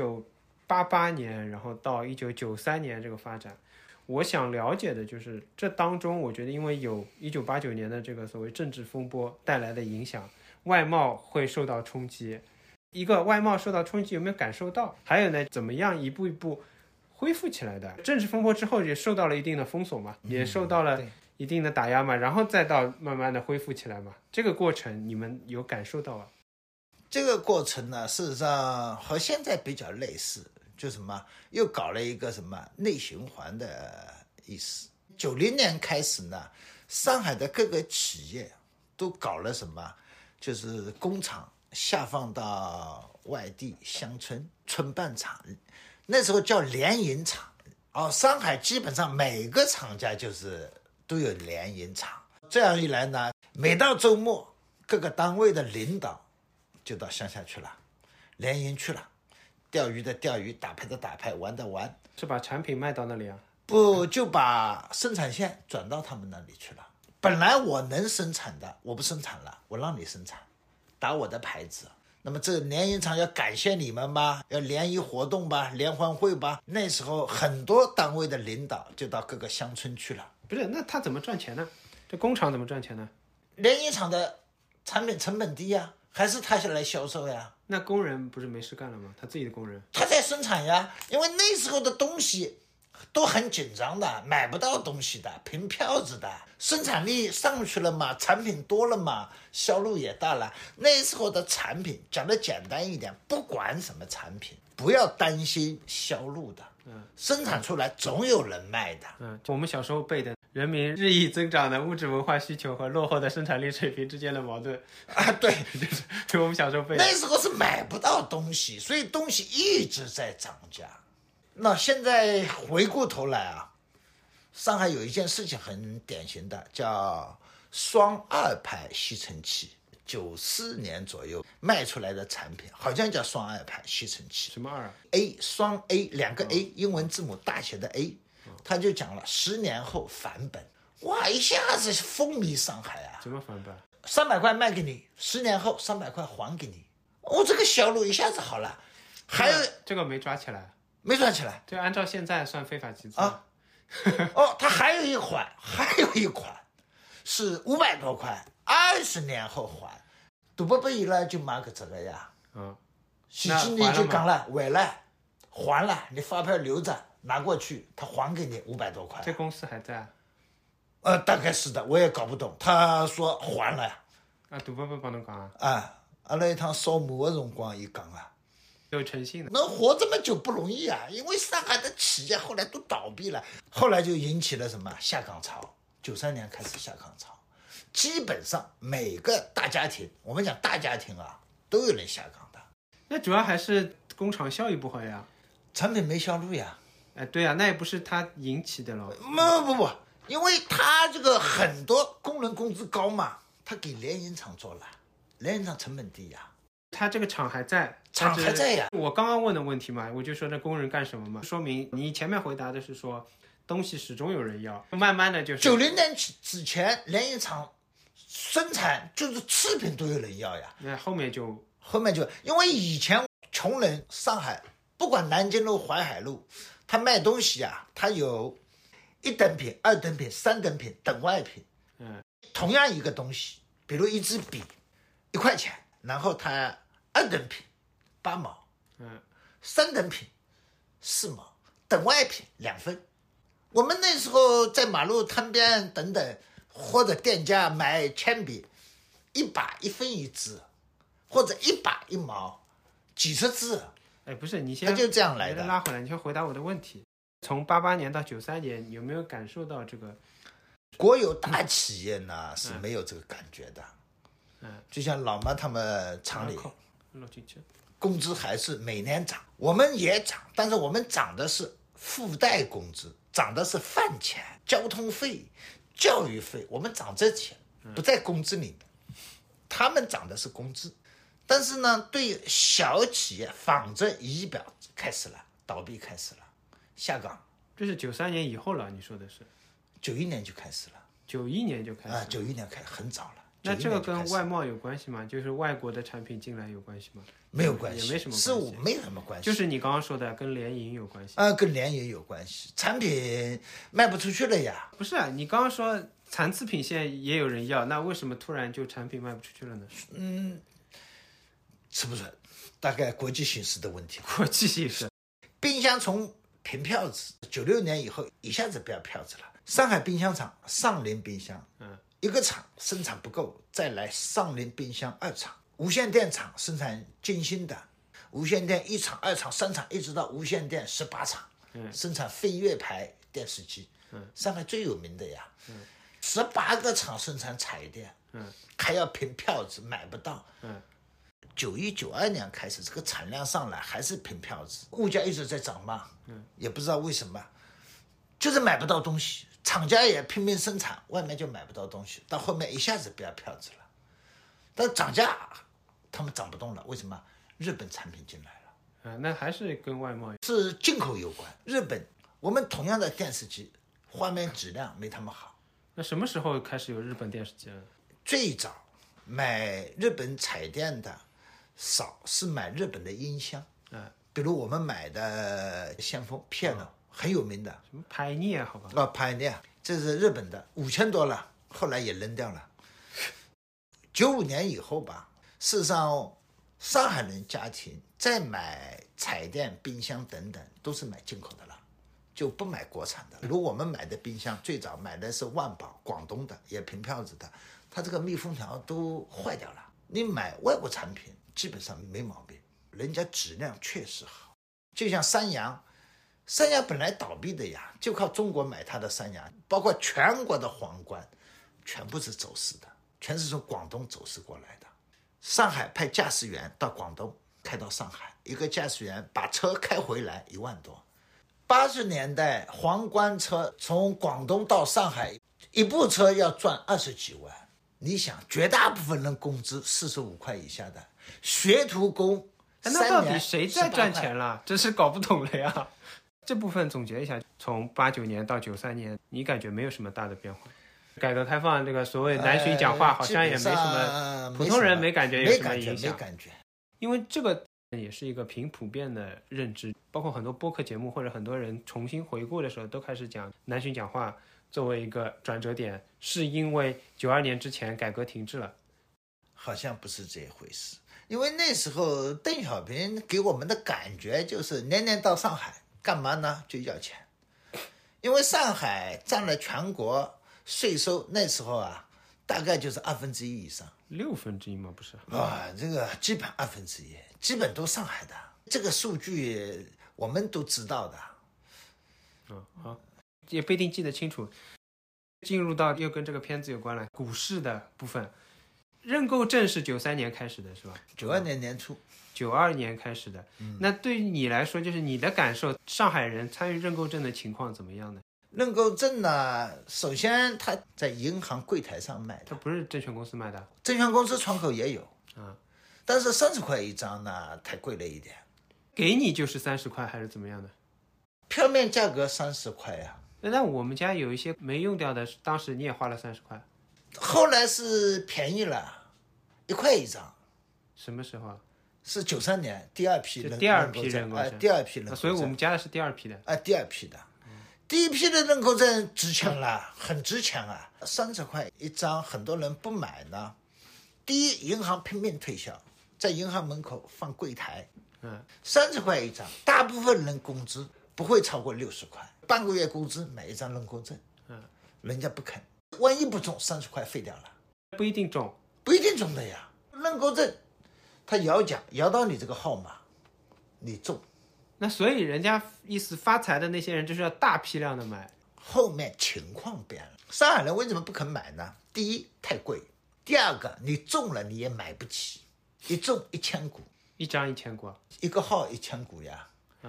1988年然后到1993年这个发展。我想了解的就是这当中，我觉得因为有1989年的这个所谓政治风波带来的影响，外贸会受到冲击。一个外贸受到冲击有没有感受到？还有呢，怎么样一步一步恢复起来的？政治风波之后也受到了一定的封锁嘛，也受到了一定的打压嘛，然后再到慢慢的恢复起来嘛。这个过程你们有感受到吗？ 这个过程呢，事实上和现在比较类似，就什么又搞了一个什么内循环的意思。90年开始呢，上海的各个企业都搞了什么，就是工厂下放到外地乡村村办厂，那时候叫联营厂。上海基本上每个厂家都有联营厂。这样一来呢，每到周末各个单位的领导就到乡下去了，联营去了，钓鱼的钓鱼，打牌的打牌，玩的玩。 是把产品卖到那里啊？ 不，就把生产线转到他们那里去了。本来我能生产的我不生产了，我让你生产，打我的牌子。那么这联营厂要感谢你们吧，要联谊活动吧，联欢会吧。那时候很多单位的领导就到各个乡村去了。 不是，那他怎么赚钱呢？这工厂怎么赚钱呢？ 联营厂的产品成本低呀，还是他来销售呀。 那工人不是没事干了吗？他自己的工人他在生产呀，因为那时候的东西都很紧张的，买不到东西的，凭票子的，生产力上去了嘛，产品多了嘛，销路也大了。那时候的产品讲得简单一点，不管什么产品，不要担心销路的，生产出来总有人卖的。 我们小时候背的人民日益增长的物质文化需求和落后的生产力水平之间的矛盾对， 就是我们小时候背的。 那时候是买不到东西，所以东西一直在涨价。那现在回过头来啊，上海有一件事情很典型的，叫双二排吸尘器。94年左右卖出来的产品，好像叫双二排吸尘器。 什么二啊 ？A 双 A 2个 A，英文字母大写的 A，他就讲了10年后返本。哇，一下子风靡上海啊！ 怎么返本 ？300块卖给你，10年后300块还给你。这个销路一下子好了。还有这个没抓起来。 没抓起来， 这按照现在算非法集资啊。他还有一款是500多块，20年后还。大伯伯伊拉就买个这个呀。洗衣机就讲了，回来还了，你发票留着，拿过去，他还给你500多块。 这公司还在？ 大概是的，我也搞不懂。他说还了呀。 大伯伯帮侬讲啊。 阿拉一趟扫墓的辰光，伊讲啊， 有诚信的。 能活这么久不容易啊，因为上海的企业后来都倒闭了，后来就引起了什么下岗潮。93年开始下岗潮，基本上每个大家庭，我们讲大家庭啊，都有人下岗的。 那主要还是工厂效益不好呀， 产品没销路呀。 对啊，那也不是他引起的咯。 不，因为他这个很多工人工资高嘛，他给联营厂做了，联营厂成本低呀。 他这个厂还在， 厂还在呀。 我刚刚问的问题嘛，我就说那工人干什么嘛，说明你前面回答的是说东西始终有人要，慢慢的就是 90年之前联营厂生产就是次品都有人要呀。 那后面就因为以前穷人上海不管南京路淮海路，他卖东西啊，他有1等品、2等品、3等品、等外品。同样一个东西，比如一支笔1块钱，然后他2等品8毛，3等品4毛，等外品2分。我们那时候在马路摊边等等，或者店家买铅笔，1把1分1支，或者1把1毛，几十支。 不是，你先他就这样来的。 拉回来，你先回答我的问题。从88年到93年，有没有感受到这个？ 国有大企业呢是没有这个感觉的。就像老妈他们厂里，工资还是每年涨，我们也涨，但是我们涨的是附带工资，涨的是饭钱、交通费、教育费，我们涨这钱不在工资里面，他们涨的是工资。但是呢，对小企业仿着仪表开始了，倒闭开始了，下岗。 这是93年以后了，你说的是 ？91年就开始了。 91年就开始了。 91年开始很早了。 那这个跟外贸有关系吗？就是外国的产品进来有关系吗？ 没有关系， 也没什么关系， 是我没什么关系。 就是你刚刚说的跟联营有关系。 跟联营有关系，产品卖不出去了呀。 不是啊，你刚刚说残次品线也有人要，那为什么突然就产品卖不出去了呢？ 吃不准，大概国际形势的问题。 国际形势， 冰箱从凭票子，96年以后一下子不要票子了。上海冰箱厂上林冰箱，一个厂生产不够，再来上林冰箱2厂，无线电厂生产金星的，无线电1厂、2厂、3厂，一直到无线电18厂，生产飞跃牌电视机，上海最有名的呀。18个厂生产彩电，还要凭票子买不到。91、92年开始，这个产量上来还是凭票子，物价一直在涨嘛，也不知道为什么，就是买不到东西，厂家也拼命生产，外面就买不到东西，到后面一下子不要票子了，但涨价他们涨不动了，为什么？日本产品进来了， 那还是跟外贸是进口有关。日本我们同样的电视机，画面质量没他们好。 那什么时候开始有日本电视机了？ 最早买日本彩电的少是买日本的音箱，比如我们买的先锋Piano，很有名的， 什么Pioneer好吧 ？Pioneer，这是日本的，5000多了，后来也扔掉了。95年以后吧，事实上上海人家庭再买彩电、冰箱等等，都是买进口的了，就不买国产的。比如我们买的冰箱，最早买的是万宝，广东的，也凭票子的，它这个密封条都坏掉了。你买外国产品基本上没毛病，人家质量确实好。就像三洋本来倒闭的呀，就靠中国买它的三洋，包括全国的皇冠全部是走私的，全是从广东走私过来的。上海派驾驶员到广东开到上海，一个驾驶员把车开回来1万多。80年代皇冠车从广东到上海，一部车要赚20几万。你想，绝大部分人工资45块以下的学徒工， 那到底谁在赚钱了？真是搞不懂了呀。这部分总结一下，从89年到93年，你感觉没有什么大的变化？改革开放这个所谓南巡讲话，好像也没什么，普通人没感觉有什么影响。 没感觉， 因为这个也是一个挺普遍的认知，包括很多播客节目或者很多人重新回顾的时候，都开始讲南巡讲话作为一个转折点，是因为92年之前改革停滞了。 好像不是这回事，因为那时候邓小平给我们的感觉就是年年到上海干嘛呢？就要钱，因为上海占了全国税收那时候啊，大概就是1/2以上 1/6吗？不是啊，这个基本1/2，基本都上海的。这个数据我们都知道的。 好，也不一定记得清楚。进入到又跟这个片子有关了，股市的部分。认购证是93年开始的是吧 ？92年年初 ，92年开始的。那对于你来说，就是你的感受，上海人参与认购证的情况怎么样呢？ 认购证呢，首先他在银行柜台上卖的， 它不是证券公司卖的， 证券公司窗口也有啊， 但是30块一张呢，太贵了一点。 给你就是30块还是怎么样的？ 票面价格30块呀。 那我们家有一些没用掉的，当时你也花了30块。 后来是便宜了，1块一张。 什么时候啊？ 是93年第二批认购证第二批认购证。 所以我们家的是第二批的。 第二批的。第一批的认购证值钱了，很值钱啊，30块一张，很多人不买呢。第一，银行拼命推销，在银行门口放柜台，30块一张，大部分人工资不会超过60块，半个月工资买一张认购证，人家不肯。万一不中，30块废掉了， 不一定中， 不一定中的呀。认购证，他摇奖摇到你这个号码，你中。 那所以人家意思发财的那些人就是要大批量的买。 后面情况变了，上海人为什么不肯买呢？第一，太贵；第二个，你中了你也买不起，一中1000股， 一张1000股， 一个号1000股呀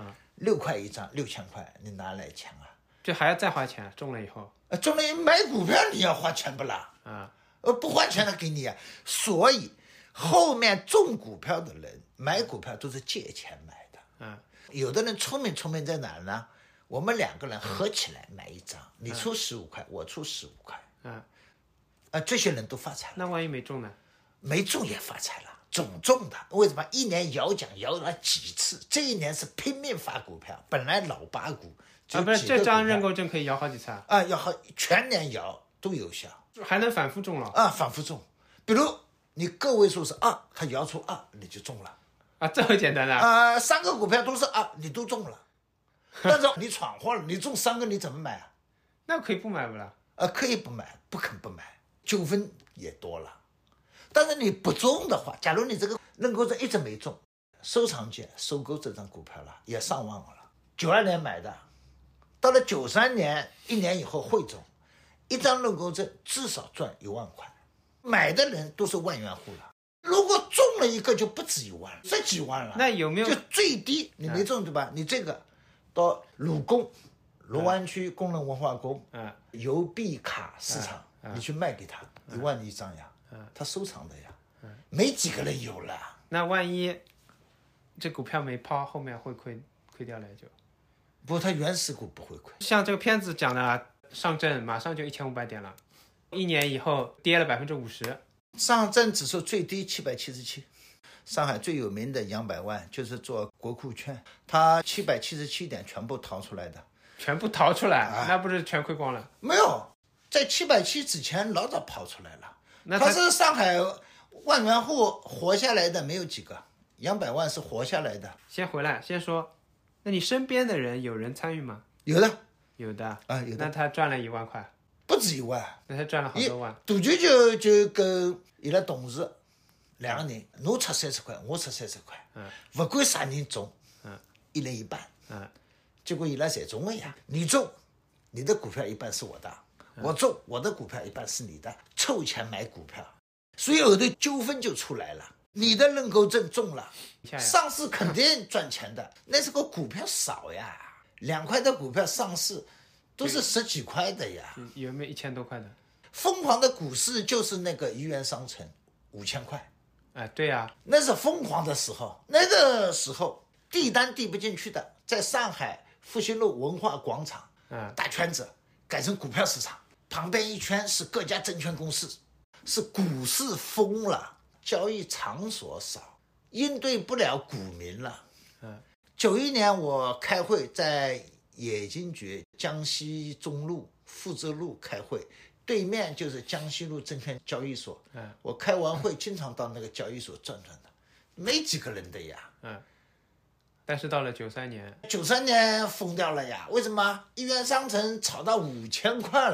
，6块一张，6000块，你哪来钱啊？ 这还要再花钱，中了以后。 中了买股票你要花钱不啦？不花钱他给你啊。所以后面中股票的人买股票都是借钱买的。有的人聪明在哪呢？我们2个人合起来买一张，你出15块，我出15块。这些人都发财了。 那万一没中呢？ 没中也发财了，总中的。为什么？一年摇奖摇了几次？这一年是拼命发股票，本来老8股。 不是这张认购证可以摇好几次啊？ 要好，全年摇都有效， 还能反复中了反复中。比如你个位数是2，他摇出2，你就中了这么简单的 3个股票都是2，你都中了。但是你闯祸了，你中3个你怎么买啊？ 那可以不买不啦？ 可以不买，不肯不买，纠纷也多了。但是你不中的话，假如你这个认购证一直没中，收藏界收购这张股票了，也上万了。92年买的。到了93年，1年以后会中，一张认购证至少赚1万块，买的人都是万元户了。如果中了一个就不止1万了，这几万了。 那有没有就最低你没中对吧？你这个到鲁工、罗湾区工人文化宫、邮币卡市场，你去卖给他1万一张呀，他收藏的呀，没几个人有了。 那万一这股票没抛，后面会亏掉了就。 不过它原始股不会亏， 像这个片子讲的，上证马上就1500点了，1年以后跌了50%。 上证指数最低777，上海最有名的杨百万就是做国库券，他777点全部逃出来的。 全部逃出来，那不是全亏光了？ 没有，在770之前老早跑出来了。 那他是上海万元户活下来的没有几个，杨百万是活下来的。 先回来，先说。那你身边的人有人参与吗？ 有的， 有的有的。 那他赚了1万块， 不止1万， 那他赚了好多万。 大局就跟伊拉同事2个人，侬出30块，我出30块，不管啥人中，一人一半，结果伊拉侪中了呀。你中，你的股票一半是我的，我中，我的股票一半是你的，凑钱买股票，所以后头纠纷就出来了。你的认购证中了，上市肯定赚钱的，那是个股票少呀，2块的股票上市都是10几块的呀。 有没有1000多块的？ 疯狂的股市就是那个怡园商城5000块， 对呀， 那是疯狂的时候。那个时候递单递不进去的，在上海复兴路文化广场，大圈子改成股票市场，旁边一圈是各家证券公司，是股市疯了。交易场所少，应对不了股民了。91年我开会在冶金局江西中路富泽路开会，对面就是江西路证券交易所。我开完会经常到那个交易所转转的，没几个人的呀。 但是到了93年 ，93年疯掉了呀！为什么？怡园商城炒到5000块了，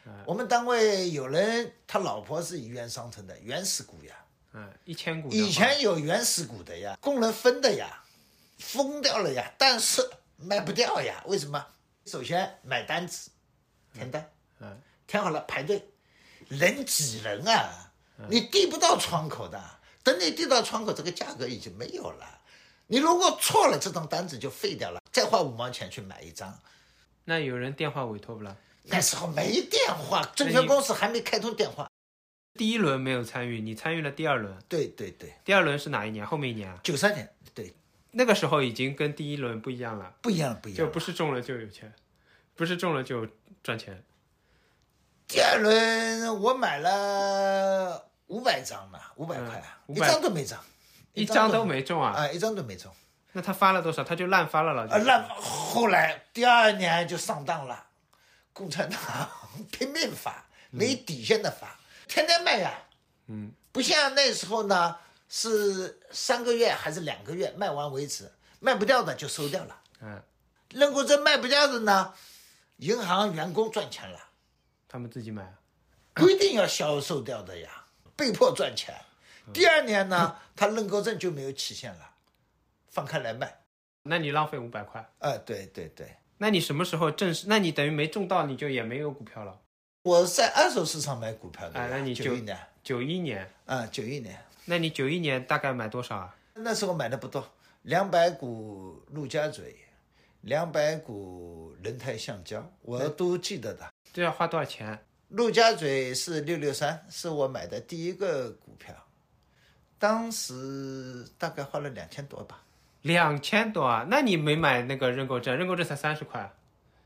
我们单位有人他老婆是医院上层的，原始股呀 ，1000股， 以前有原始股的呀，工人分的呀，封掉了呀，但是卖不掉呀，为什么？首先买单子，填单，填好了排队，人挤人啊，你递不到窗口的，等你递到窗口，这个价格已经没有了。你如果错了，这张单子就废掉了，再花5毛钱去买一张。 那有人电话委托不了？ 那时候没电话，证券公司还没开通电话。 第一轮没有参与，你参与了第二轮。 对对对。 第二轮是哪一年？后面一年啊 ？93年，对。 那个时候已经跟第一轮不一样了。 不一样，不一样。 就不是中了就有钱，不是中了就赚钱。 第二轮我买了500张嘛，500块，一张都没中， 一张都没中啊！ 一张都没中。 那他发了多少？他就滥发了滥。后来第2年就上当了，共产党拼命发，没底线的发，天天卖呀。不像那时候呢，是3个月还是2个月卖完为止，卖不掉的就收掉了。认购证卖不掉的呢，银行员工赚钱了， 他们自己买， 规定要销售掉的呀，被迫赚钱。第2年呢，他认购证就没有期限了，放开来卖。 那你浪费500块。 对对对。 那你什么时候正式？那你等于没中到，你就也没有股票了。 我在二手市场买股票的。 那你 91年。 91年。 91年。 那你91年大概买多少啊？ 那时候买的不多，200股陆家嘴，200股人泰橡胶，我都记得的。 这要花多少钱？ 陆家嘴是663，是我买的第一个股票，当时大概花了2000多吧。 2000多啊？那你没买那个认购证？认购证才30块。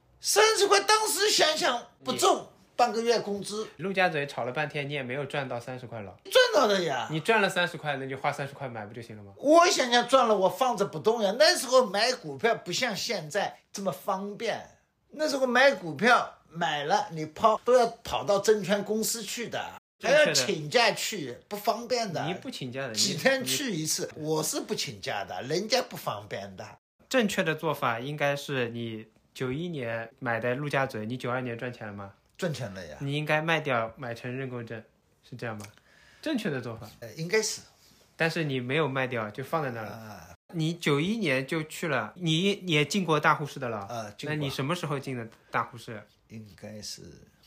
30块，当时想想不中，半个月工资。 陆家嘴炒了半天，你也没有赚到30块了。 赚到的呀。 你赚了30块，那就花30块买不就行了吗？ 我想想赚了，我放着不动呀。那时候买股票不像现在这么方便，那时候买股票买了你抛都要跑到证券公司去的。还要请假去，不方便的。 你不请假的， 几天去一次。我是不请假的，人家不方便的。 正确的做法应该是你91年买的陆家嘴，你92年赚钱了吗？ 赚钱了呀。 你应该卖掉，买成认购证，是这样吗？正确的做法。 应该是。 但是你没有卖掉，就放在那儿了。你91年就去了，你也进过大沪市的了。那你什么时候进的大沪市？ 应该是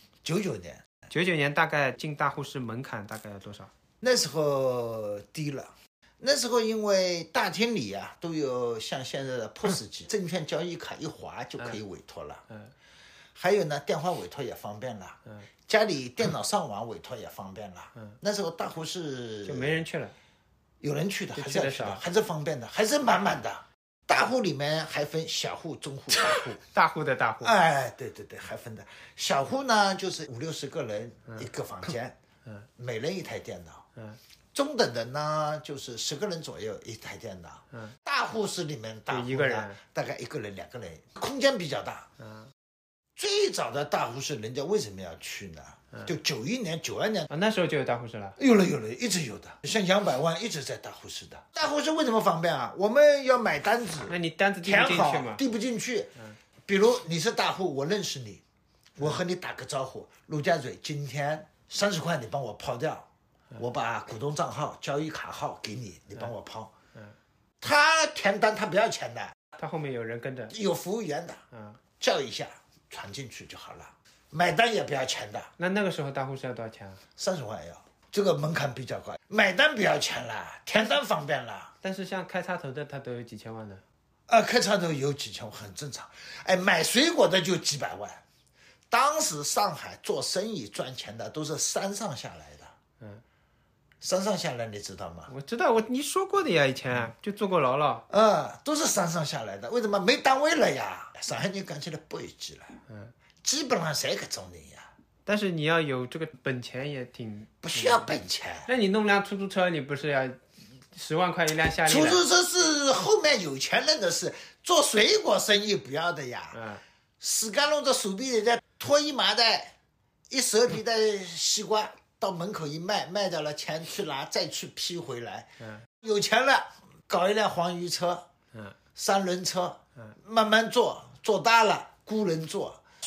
99年。 99年大概进大沪市门槛大概要多少？ 那时候低了，那时候因为大厅里啊都有像现在的 POS 机，证券交易卡一划就可以委托了。还有呢，电话委托也方便了。家里电脑上网委托也方便了。那时候大沪市就没人去了， 有人去的，还是要去的，还是方便的，还是满满的。大户里面还分小户、中户、大户。 大户的大户。 对对对，还分的。小户呢，就是50-60个人一个房间，每人一台电脑。中等的呢，就是10个人左右一台电脑。大户室里面大户一个人， 大概1个人、2个人，空间比较大。最早的大户室，人家为什么要去呢？就91年、92年那时候就有大户室了。 有了，一直有的。像杨百万一直在大户室的。大户室为什么方便啊？我们要买单子， 那你单子递不进去吗？ 递不进去。比如你是大户，我认识你，我和你打个招呼，陆家嘴今天30块你帮我抛掉，我把股东账号、交易卡号给你，你帮我抛。他填单他不要钱的， 他后面有人跟着， 有服务员的，叫一下传进去就好了。买单也不要钱的。 那个时候大户室要多少钱啊 ？30块要，这个门槛比较高。买单不要钱了，填单方便了。 但是像开插头的，他都有几千万的。 开插头有几千万很正常。买水果的就几百万。当时上海做生意赚钱的都是山上下来的。山上下来你知道吗？ 我知道，你说过的呀，以前就坐过牢了。 都是山上下来的。为什么没单位了呀？上海人干起来不一级了。基本上谁个种人呀？ 但是你要有这个本钱也挺。 不需要本钱。 那你弄辆出租车，你不是要10万块一辆夏利？ 出租车是后面有钱人的事，做水果生意不要的呀。死干弄着手臂人家拖一麻袋，一蛇皮的西瓜到门口一卖，卖掉了钱去拿，再去批回来。有钱了，搞一辆黄鱼车，3轮车，慢慢做大了，雇人做。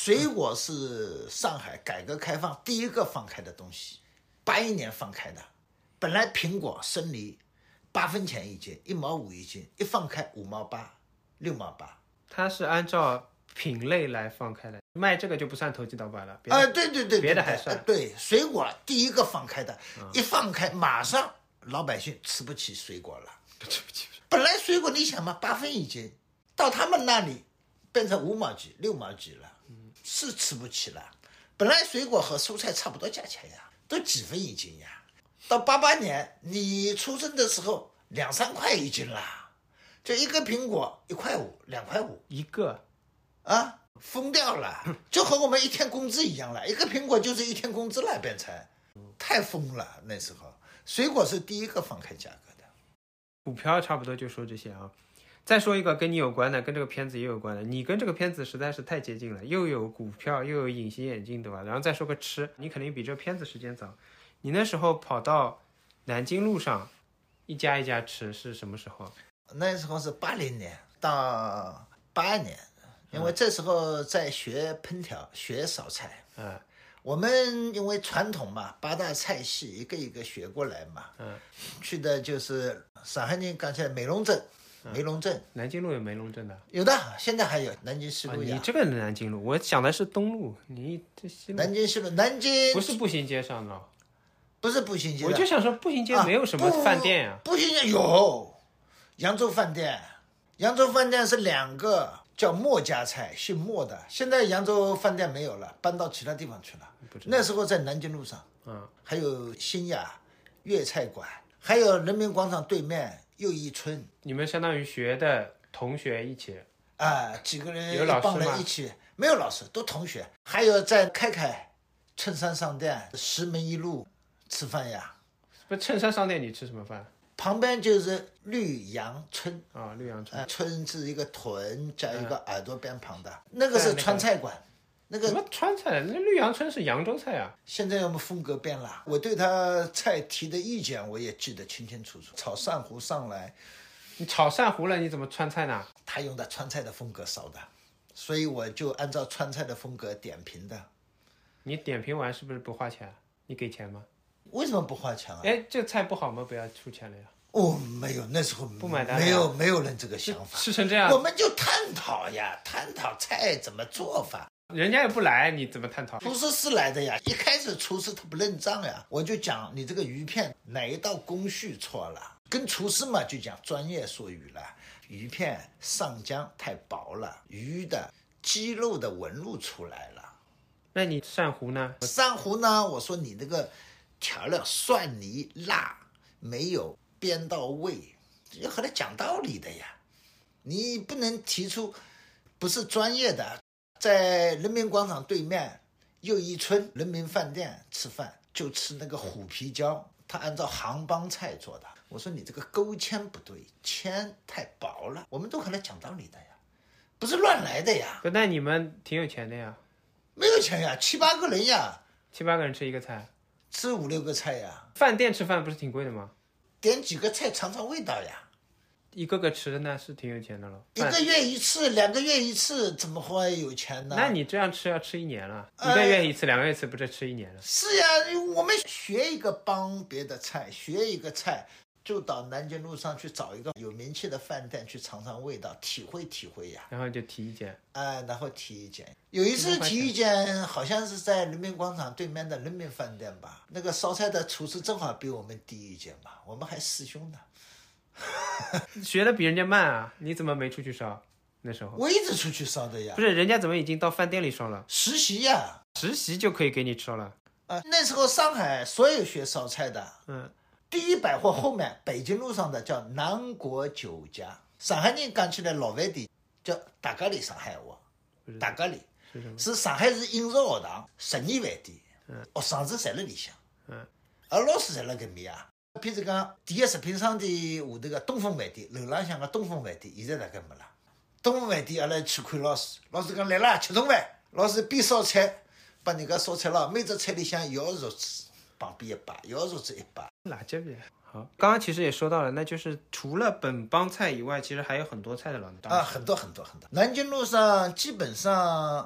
水果是上海改革开放第一个放开的东西，81年放开的。本来苹果、生梨8分钱一斤，1毛5一斤，一放开5毛8、6毛8。 它是按照品类来放开的，卖这个就不算投机倒把了。 对， 别的还算。 对，水果第一个放开的，一放开马上老百姓吃不起水果了。 吃不起。 本来水果你想嘛，8分一斤，到他们那里变成5毛几、6毛几了，是吃不起了。本来水果和蔬菜差不多价钱呀，都几分一斤呀。到88年你出生的时候2、3块一斤啦，就一个苹果1块5、2块5 一个啊，疯掉了，就和我们1天工资一样了，一个苹果就是1天工资了，变成太疯了。那时候水果是第一个放开价格的。 股票差不多就说这些啊。再说一个跟你有关的，跟这个片子也有关的，你跟这个片子实在是太接近了，又有股票又有隐形眼镜，对吧？然后再说个吃，你肯定比这个片子时间早。你那时候跑到南京路上一家一家吃是什么时候？ 那时候是80年到82年，因为这时候在学烹调、学烧菜。我们因为传统嘛，8大菜系一个一个学过来嘛。去的就是上海人讲起来梅龙镇。 南京路有梅龙镇的？ 有的，现在还有南京西路。 你这个南京路，我想的是东路，你这西路。 南京西路，南京不是步行街上的。 不是步行街， 我就想说步行街没有什么饭店呀。 步行街有扬州饭店，扬州饭店是2个叫莫家菜，姓莫的。现在扬州饭店没有了，搬到其他地方去了。那时候在南京路上，还有新雅粤菜馆，还有人民广场对面又一村。 你们相当于学的同学一起几个人有老师吗？ 一帮人一起，没有老师，都同学。还有在开衬衫商店石门一路吃饭呀。 不，衬衫商店你吃什么饭？ 旁边就是绿杨村绿杨村。 村是一个屯加一个耳朵边旁的，那个是川菜馆。那个什么川菜？那绿杨村是扬州菜啊。 现在我们风格变了，我对他菜提的意见我也记得清清楚楚。炒鳝糊上来， 你炒鳝糊了，你怎么川菜呢？ 他用的川菜的风格烧的，所以我就按照川菜的风格点评的。你点评完是不是不花钱？你给钱吗？ 为什么不花钱啊？ 这菜不好吗？不要出钱了呀。 没有，那时候不买单， 没有人这个想法。 吃成这样， 我们就探讨菜怎么做法。 人家也不来，你怎么探讨？ 厨师是来的呀，一开始厨师他不认账呀，我就讲你这个鱼片哪一道工序错了，跟厨师嘛就讲专业术语了。鱼片上浆太薄了，鱼的肌肉的纹路出来了。 那你鳝糊呢？ 鳝糊呢，我说你这个调料蒜泥辣没有煸到位，要和他讲道理的呀，你不能提出不是专业的。在人民广场对面又一村人民饭店吃饭，就吃那个虎皮椒，他按照杭帮菜做的。我说你这个勾芡不对，芡太薄了，我们都和他讲道理的呀，不是乱来的呀。 那你们挺有钱的呀。 没有钱呀，7、8个人呀 ，7、8个人吃一个菜， 吃5、6个菜呀。 饭店吃饭不是挺贵的吗？ 点几个菜尝尝味道呀。 一个个吃的那是挺有钱的了。 1个月一次2个月一次怎么会有钱呢？ 那你这样吃要吃1年了，1个月一次2个月一次不是吃1年了？ 是呀，我们学一个帮别的菜，学一个菜就到南京路上去找一个有名气的饭店去尝尝味道，体会体会呀。 然后就提意见。 然后提意见。有一次提意见好像是在人民广场对面的人民饭店吧，那个烧菜的厨师正好比我们低一届嘛，我们还师兄呢。 学的比人家慢啊，你怎么没出去烧？那时候我一直出去烧的呀。 不是，人家怎么已经到饭店里烧了？ 实习呀， 实习就可以给你烧了。 那时候上海所有学烧菜的，第一百货后面北京路上的叫南国酒家，上海人讲起来老饭店叫大咖喱，上海话大咖喱是上海市饮食学堂12饭店，学生子侪辣里向，而老师侪辣搿面啊。譬如讲第一食品商店下头个东风饭店，楼浪向个东风饭店现在大概没了。东风饭店阿拉去看老师，老师讲来啦吃中饭，老师边烧菜帮人家烧菜了，每只菜里向1号肉子旁边1把，1号肉子1把。 垃圾呗。好，刚刚其实也说到了，那就是除了本帮菜以外，其实还有很多菜的了。 很多。南京路上基本上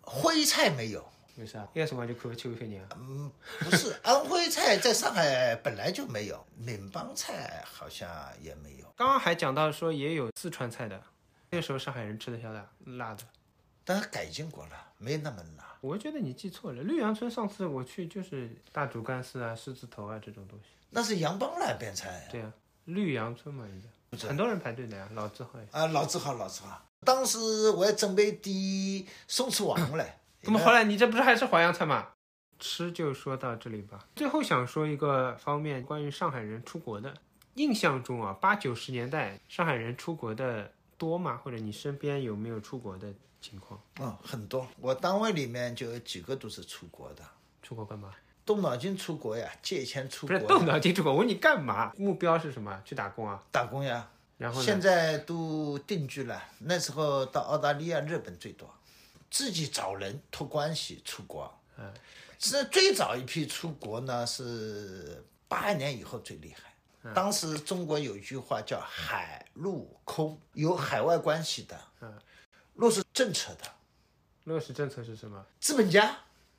徽菜没有。 为啥？那个辰光就看不起安徽人啊？ 不是，安徽菜在上海本来就没有，闽帮菜好像也没有。 刚刚还讲到说也有四川菜的，那个时候上海人吃得消的辣的， 但是改进过了，没那么辣。 我觉得你记错了，绿杨村上次我去就是大竹竿丝啊、狮子头啊这种东西。 那是杨帮那边菜。 对啊，绿杨村嘛，应该很多人排队的呀，老字号呀。 啊，老字号。当时我还准备点松翅王嘞。 怎么后来你这不是还是淮扬菜吗？吃就说到这里吧。最后想说一个方面，关于上海人出国的。印象中啊，80、90年代上海人出国的多吗？或者你身边有没有出国的情况？ 很多。我单位里面就有几个都是出国的。 出国干嘛？ 动脑筋出国呀，借钱出国。 不是动脑筋出国，我问你干嘛？目标是什么？去打工啊？ 打工呀。 然后呢？ 现在都定居了。那时候到澳大利亚、日本最多。自己找人托关系出国。是最早一批出国呢，是82年以后最厉害。当时中国有一句话叫海陆空，有海外关系的，落实政策的。 落实政策是什么？ 资本家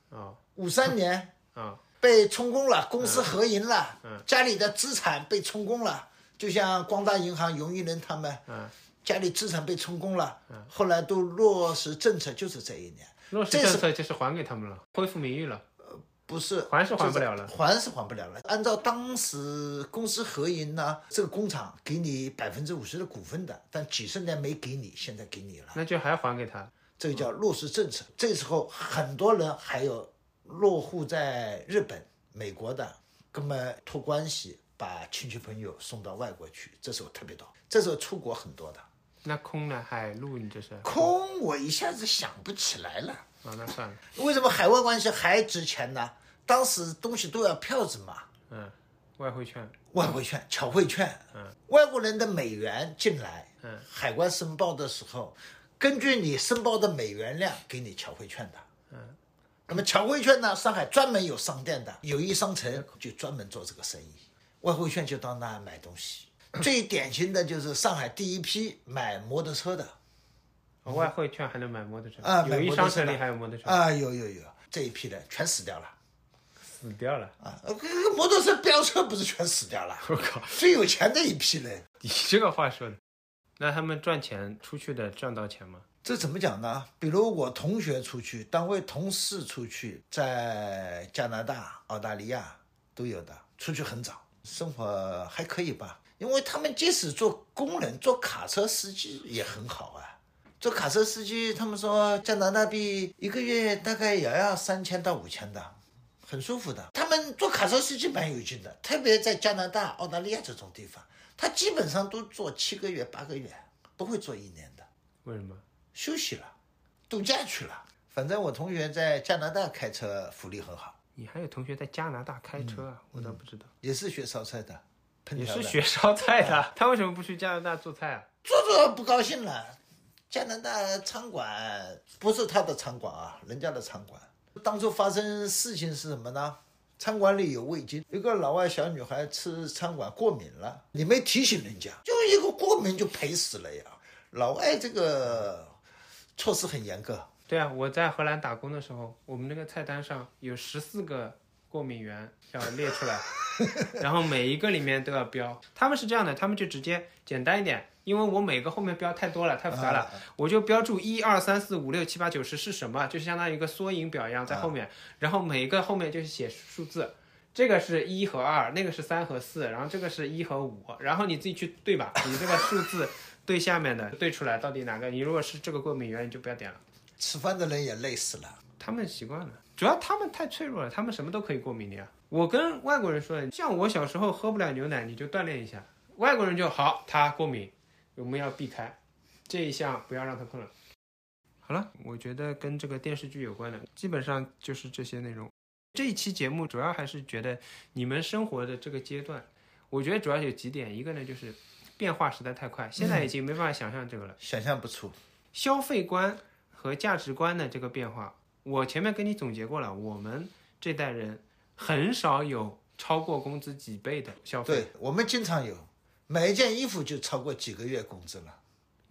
53年被充公了，公司合营了，家里的资产被充公了，就像光大银行、永裕人他们，家里资产被充公了，后来都落实政策，就是这一年。 落实政策就是还给他们了，恢复名誉了。 不是， 还是还不了了， 还是还不了了。按照当时公司合营呢，这个工厂给你50%的股份的，但几十年没给你，现在给你了， 那就还还给他。 这个叫落实政策。这时候很多人还有落户在日本、美国的，根本托关系把亲戚朋友送到外国去，这时候特别多。这时候出国很多的。 那空呢？海陆你这是空，我一下子想不起来了。 那算了。 为什么海外关系还值钱呢？当时东西都要票子嘛。 外汇券、 侨汇券。外国人的美元进来，海关申报的时候，根据你申报的美元量给你侨汇券的。那么侨汇券呢，上海专门有商店的，友谊商城就专门做这个生意，外汇券就到那买东西。最典型的就是上海第一批买摩托车的。 外汇券还能买摩托车啊？友谊商城里还有摩托车啊？有，这一批人全死掉了。 死掉了啊！摩托车飙车不是全死掉了？ 我靠！ 最有钱的一批人。 你这个话说的，那他们赚钱出去的赚到钱吗？ 这怎么讲呢？比如我同学出去，单位同事出去，在加拿大、澳大利亚都有的，出去很早，生活还可以吧？因为他们即使做工人、做卡车司机也很好啊。做卡车司机，他们说加拿大币一个月大概也要3000到5000的，很舒服的。他们做卡车司机蛮有劲的，特别在加拿大、澳大利亚这种地方，他基本上都做7个月、8个月，不会做1年的。 为什么？ 休息了，度假去了。反正我同学在加拿大开车福利很好。 你还有同学在加拿大开车啊？我倒不知道。 也是学烧菜的， 也是学烧菜的。他为什么不去加拿大做菜啊？ 做不高兴了。加拿大餐馆不是他的餐馆啊，人家的餐馆。当初发生事情是什么呢？餐馆里有味精，一个老外小女孩吃餐馆过敏了，你没提醒人家，就一个过敏就赔死了呀。老外这个措施很严格。 对啊，我在荷兰打工的时候，我们那个菜单上有14个过敏源要列出来，然后每一个里面都要标。他们是这样的，他们就直接简单一点，因为我每个后面标太多了，太复杂了，我就标注1、2、3、4、5、6、7、8、9、10是什么，就相当于一个缩影表一样在后面，然后每一个后面就是写数字。这个是1和2，那个是3和4，然后这个是1和5，然后你自己去对吧，你这个数字对下面的对出来到底哪个，你如果是这个过敏源你就不要点了。 吃饭的人也累死了， 他们习惯了，主要他们太脆弱了，他们什么都可以过敏的呀。我跟外国人说，像我小时候喝不了牛奶，你就锻炼一下。外国人就好，他过敏，我们要避开这一项，不要让他碰了。好了，我觉得跟这个电视剧有关的基本上就是这些内容。这一期节目主要还是觉得你们生活的这个阶段，我觉得主要有几点，一个呢就是变化实在太快，现在已经没办法想象这个了， 想象不出消费观和价值观的这个变化。我前面跟你总结过了，我们这代人很少有超过工资几倍的消费。 对，我们经常有，买一件衣服就超过几个月工资了。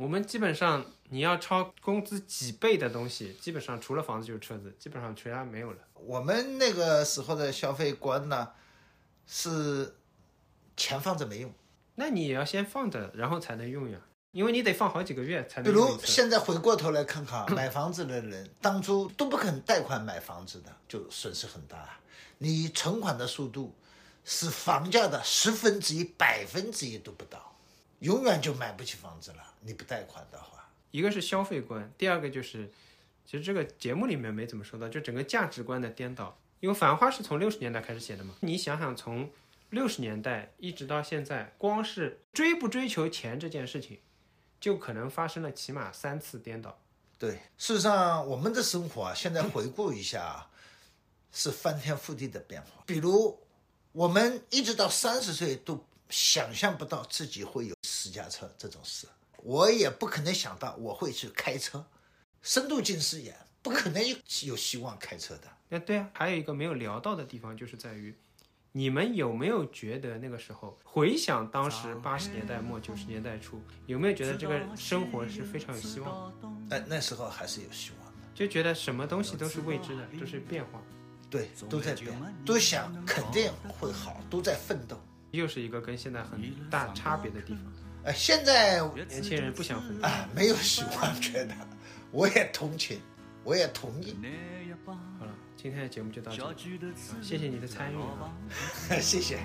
我们基本上你要超工资几倍的东西，基本上除了房子就是车子，基本上其他没有了。 我们那个时候的消费观呢，是钱放着没用。 那你也要先放着，然后才能用呀，因为你得放好几个月才能比用一次。 如现在回过头来看看，买房子的人当初都不肯贷款买房子的，就损失很大。你存款的速度是房价的1/10%、1%都不到，永远就买不起房子了。你不贷款的话， 一个是消费观，第二个就是其实这个节目里面没怎么说到，就整个价值观的颠倒。因为《繁花》是从60年代开始写的嘛，你想想从60年代一直到现在，光是追不追求钱这件事情，就可能发生了起码3次颠倒。 对，事实上我们的生活啊，现在回顾一下是翻天覆地的变化。比如我们一直到30岁都想象不到自己会有私家车这种事，我也不可能想到我会去开车，深度近视眼不可能有希望开车的。 对啊，还有一个没有聊到的地方，就是在于你们有没有觉得那个时候回想当时80年代末90年代初，有没有觉得这个生活是非常有希望的？ 那时候还是有希望的， 就觉得什么东西都是未知的，都是变化。 对，都在变，都想肯定会好，都在奋斗。 又是一个跟现在很大差别的地方。 现在年轻人不想奋斗没有希望，觉得我也同情，我也同意。 好了，今天的节目就到这里，谢谢你的参与谢谢。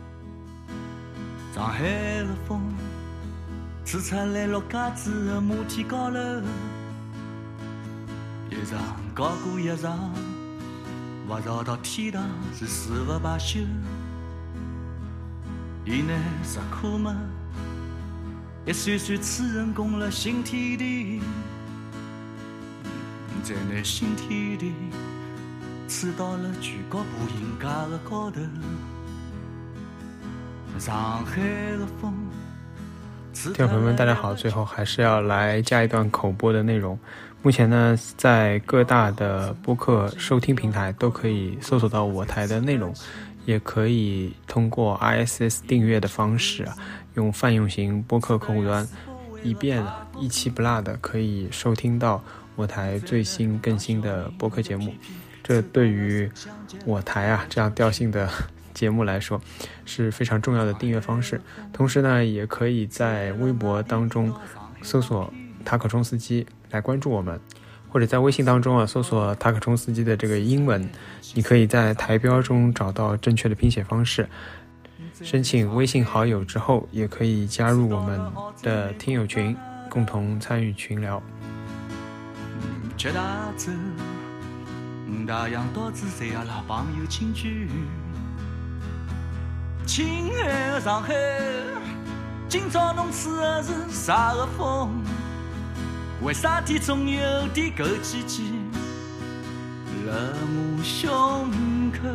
上海的风吹出来陆家嘴的马蹄高头，一场高过一场，不绕到天堂是誓不罢休。伊拿石库门一扇扇主人公了新天地，再拿新天地吹到了全国步行街的高头。上海的风。 听众朋友们大家好，最后还是要来加一段口播的内容。目前呢，在各大的播客收听平台都可以搜索到我台的内容，也可以通过 RSS 订阅的方式用泛用型播客客户端以便一期不落的可以收听到我台最新更新的播客节目。这对于我台这样调性的节目来说是非常重要的订阅方式。同时呢，也可以在微博当中搜索塔可冲司机来关注我们，或者在微信当中搜索塔可冲司机的这个英文，你可以在台标中找到正确的拼写方式。申请微信好友之后，也可以加入我们的听友群，共同参与群聊。 七大洲大洋岛子侪阿拉朋友亲聚，亲爱的上海，今朝侬吹的是啥个风？为啥体总有点枸杞杞辣我胸口？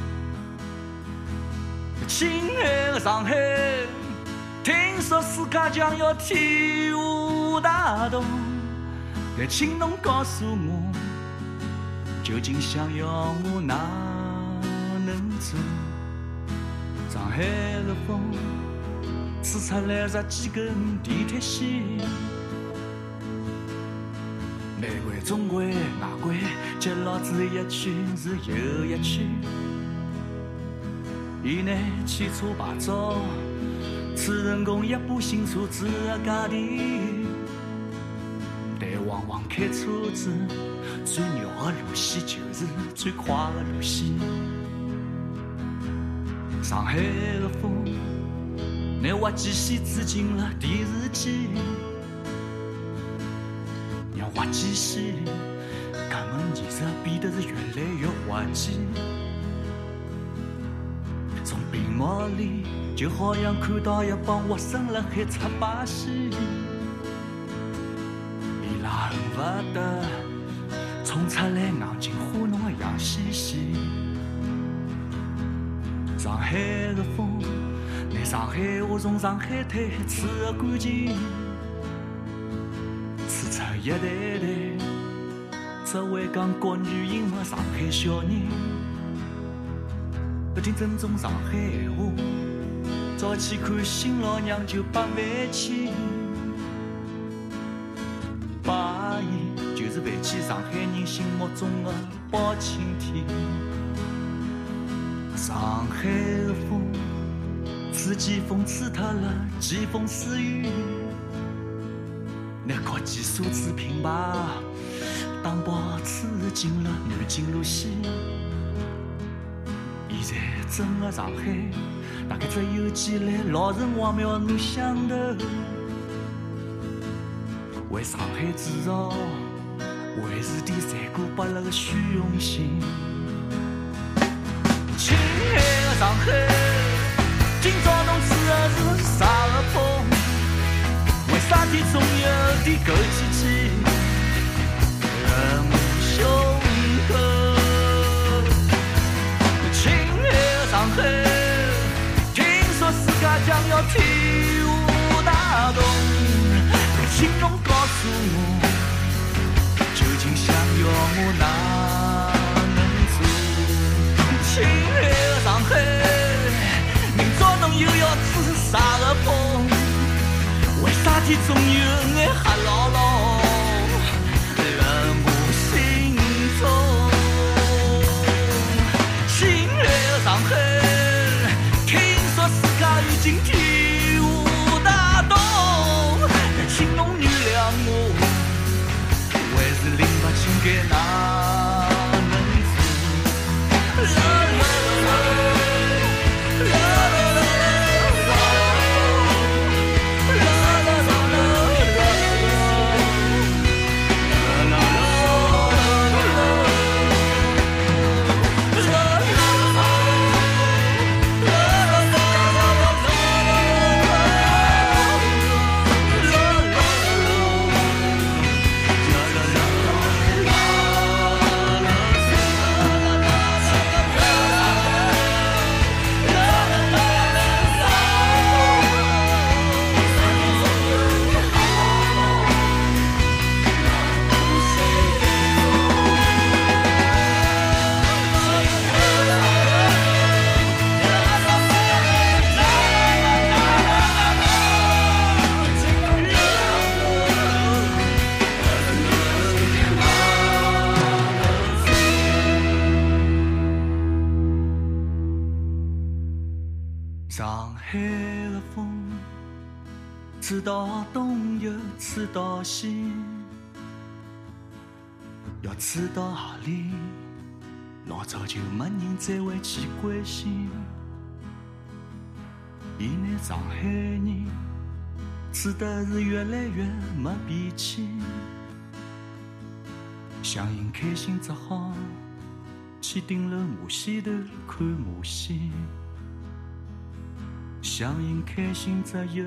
亲爱的上海，听说世界将要天下大同，但请侬告诉我，究竟想要我哪能做？上海的风吹出来10几根地铁线，内环、中环、外环，接牢子一圈是又一圈。伊拿汽车牌照，主人公一部新车子的价钿，但往往开车子最绕的路线就是最快的路线。上海的风，拿滑稽戏挤进了电视机，让滑稽戏搿门艺术变得是越来越滑稽。从屏幕里就好像看到一帮学生辣海擦把戏，伊拉恨不得冲出来硬劲花侬的洋兮兮。上海的风，拿上海话从上海滩吹个干净，吹出一代代只会讲国语英文上海小人。不听正宗上海话，早起看新老娘就8万起。 起上海人心目中的包青天。上海的风，吹季风吹脱了季风私语，那国际数字品牌当包吹进了南京路线。现在整个上海，大概只有几类老城隍庙侬想头，为上海制造为是点残酷不勒个虚荣心。亲爱的上海，今朝侬吹的是啥个风？为啥体总有点枸杞气？热目胸口。亲爱的上海，听说世界将要天舞大动，请侬告诉我，究竟想要我哪能做？亲爱的上海，明朝侬又要吹啥个风？为啥体总有眼黑牢牢热目心中？亲爱的上海，听说世界已经天舞大动，请侬原谅我，还是拎不清该哪能做？上海的风，吹到东又吹到西，要吹到何里？老早就没人再会去关心。现在上海人吹得是越来越没脾气，想人开心只好去顶楼马戏头看马戏。想人开心只有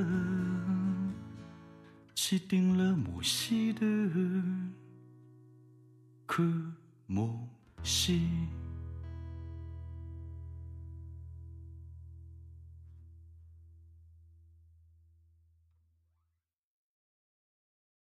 去顶楼马戏头看马戏。